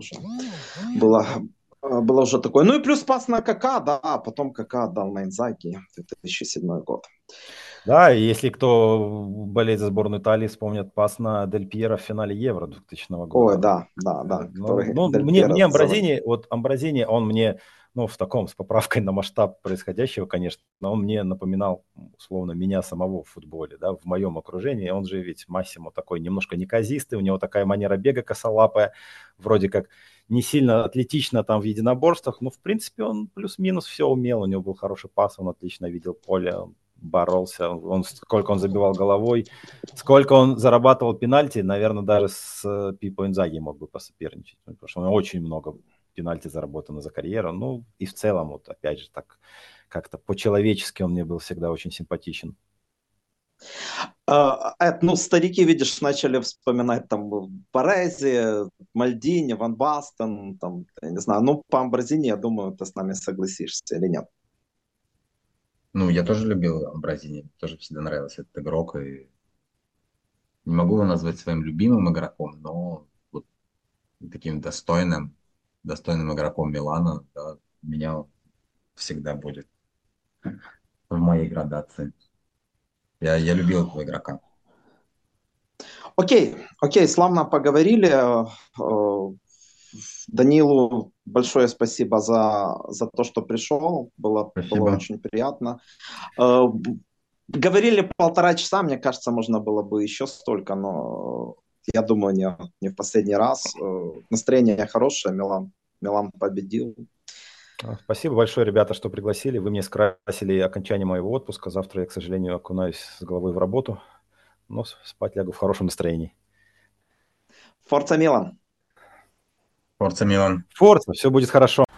было уже такое. Ну и плюс пас на Кака, да, а потом Кака отдал на Инзаги, 2007 год. Да, и если кто болеет за сборную Италии, вспомнят пас на Дель Пьеро в финале Евро 2000 года. Ой, да. Мне Амброзини, он мне, в таком, с поправкой на масштаб происходящего, конечно, он мне напоминал, условно, меня самого в футболе, да, в моем окружении. Он же ведь Массимо такой немножко неказистый, у него такая манера бега косолапая, вроде как не сильно атлетично там в единоборствах, но в принципе он плюс-минус все умел, у него был хороший пас, он отлично видел поле, он боролся, сколько он забивал головой, сколько он зарабатывал пенальти, наверное, даже с Пипо Инзаги мог бы посоперничать, потому что у него очень много пенальти заработано за карьеру, ну и в целом, вот опять же, так как-то по-человечески он мне был всегда очень симпатичен. Старики, видишь, начали вспоминать там Барези, Мальдини, Ван Бастен, там, я не знаю, по Амброзини, я думаю, ты с нами согласишься или нет? Ну, я тоже любил Амброзини, тоже всегда нравился этот игрок, и не могу его назвать своим любимым игроком, но вот таким достойным игроком Милана, да, у меня всегда будет в моей градации. Я любил этого игрока. Окей, славно поговорили. Данилу большое спасибо за то, что пришел. Было очень приятно. Говорили 1,5 часа, мне кажется, можно было бы еще столько, но я думаю, не в последний раз. Настроение хорошее, Милан победил. Спасибо большое, ребята, что пригласили. Вы мне скрасили окончание моего отпуска. Завтра я, к сожалению, окунаюсь с головой в работу, но спать лягу в хорошем настроении. Форца Милан! Форца Милан! Форца, все будет хорошо.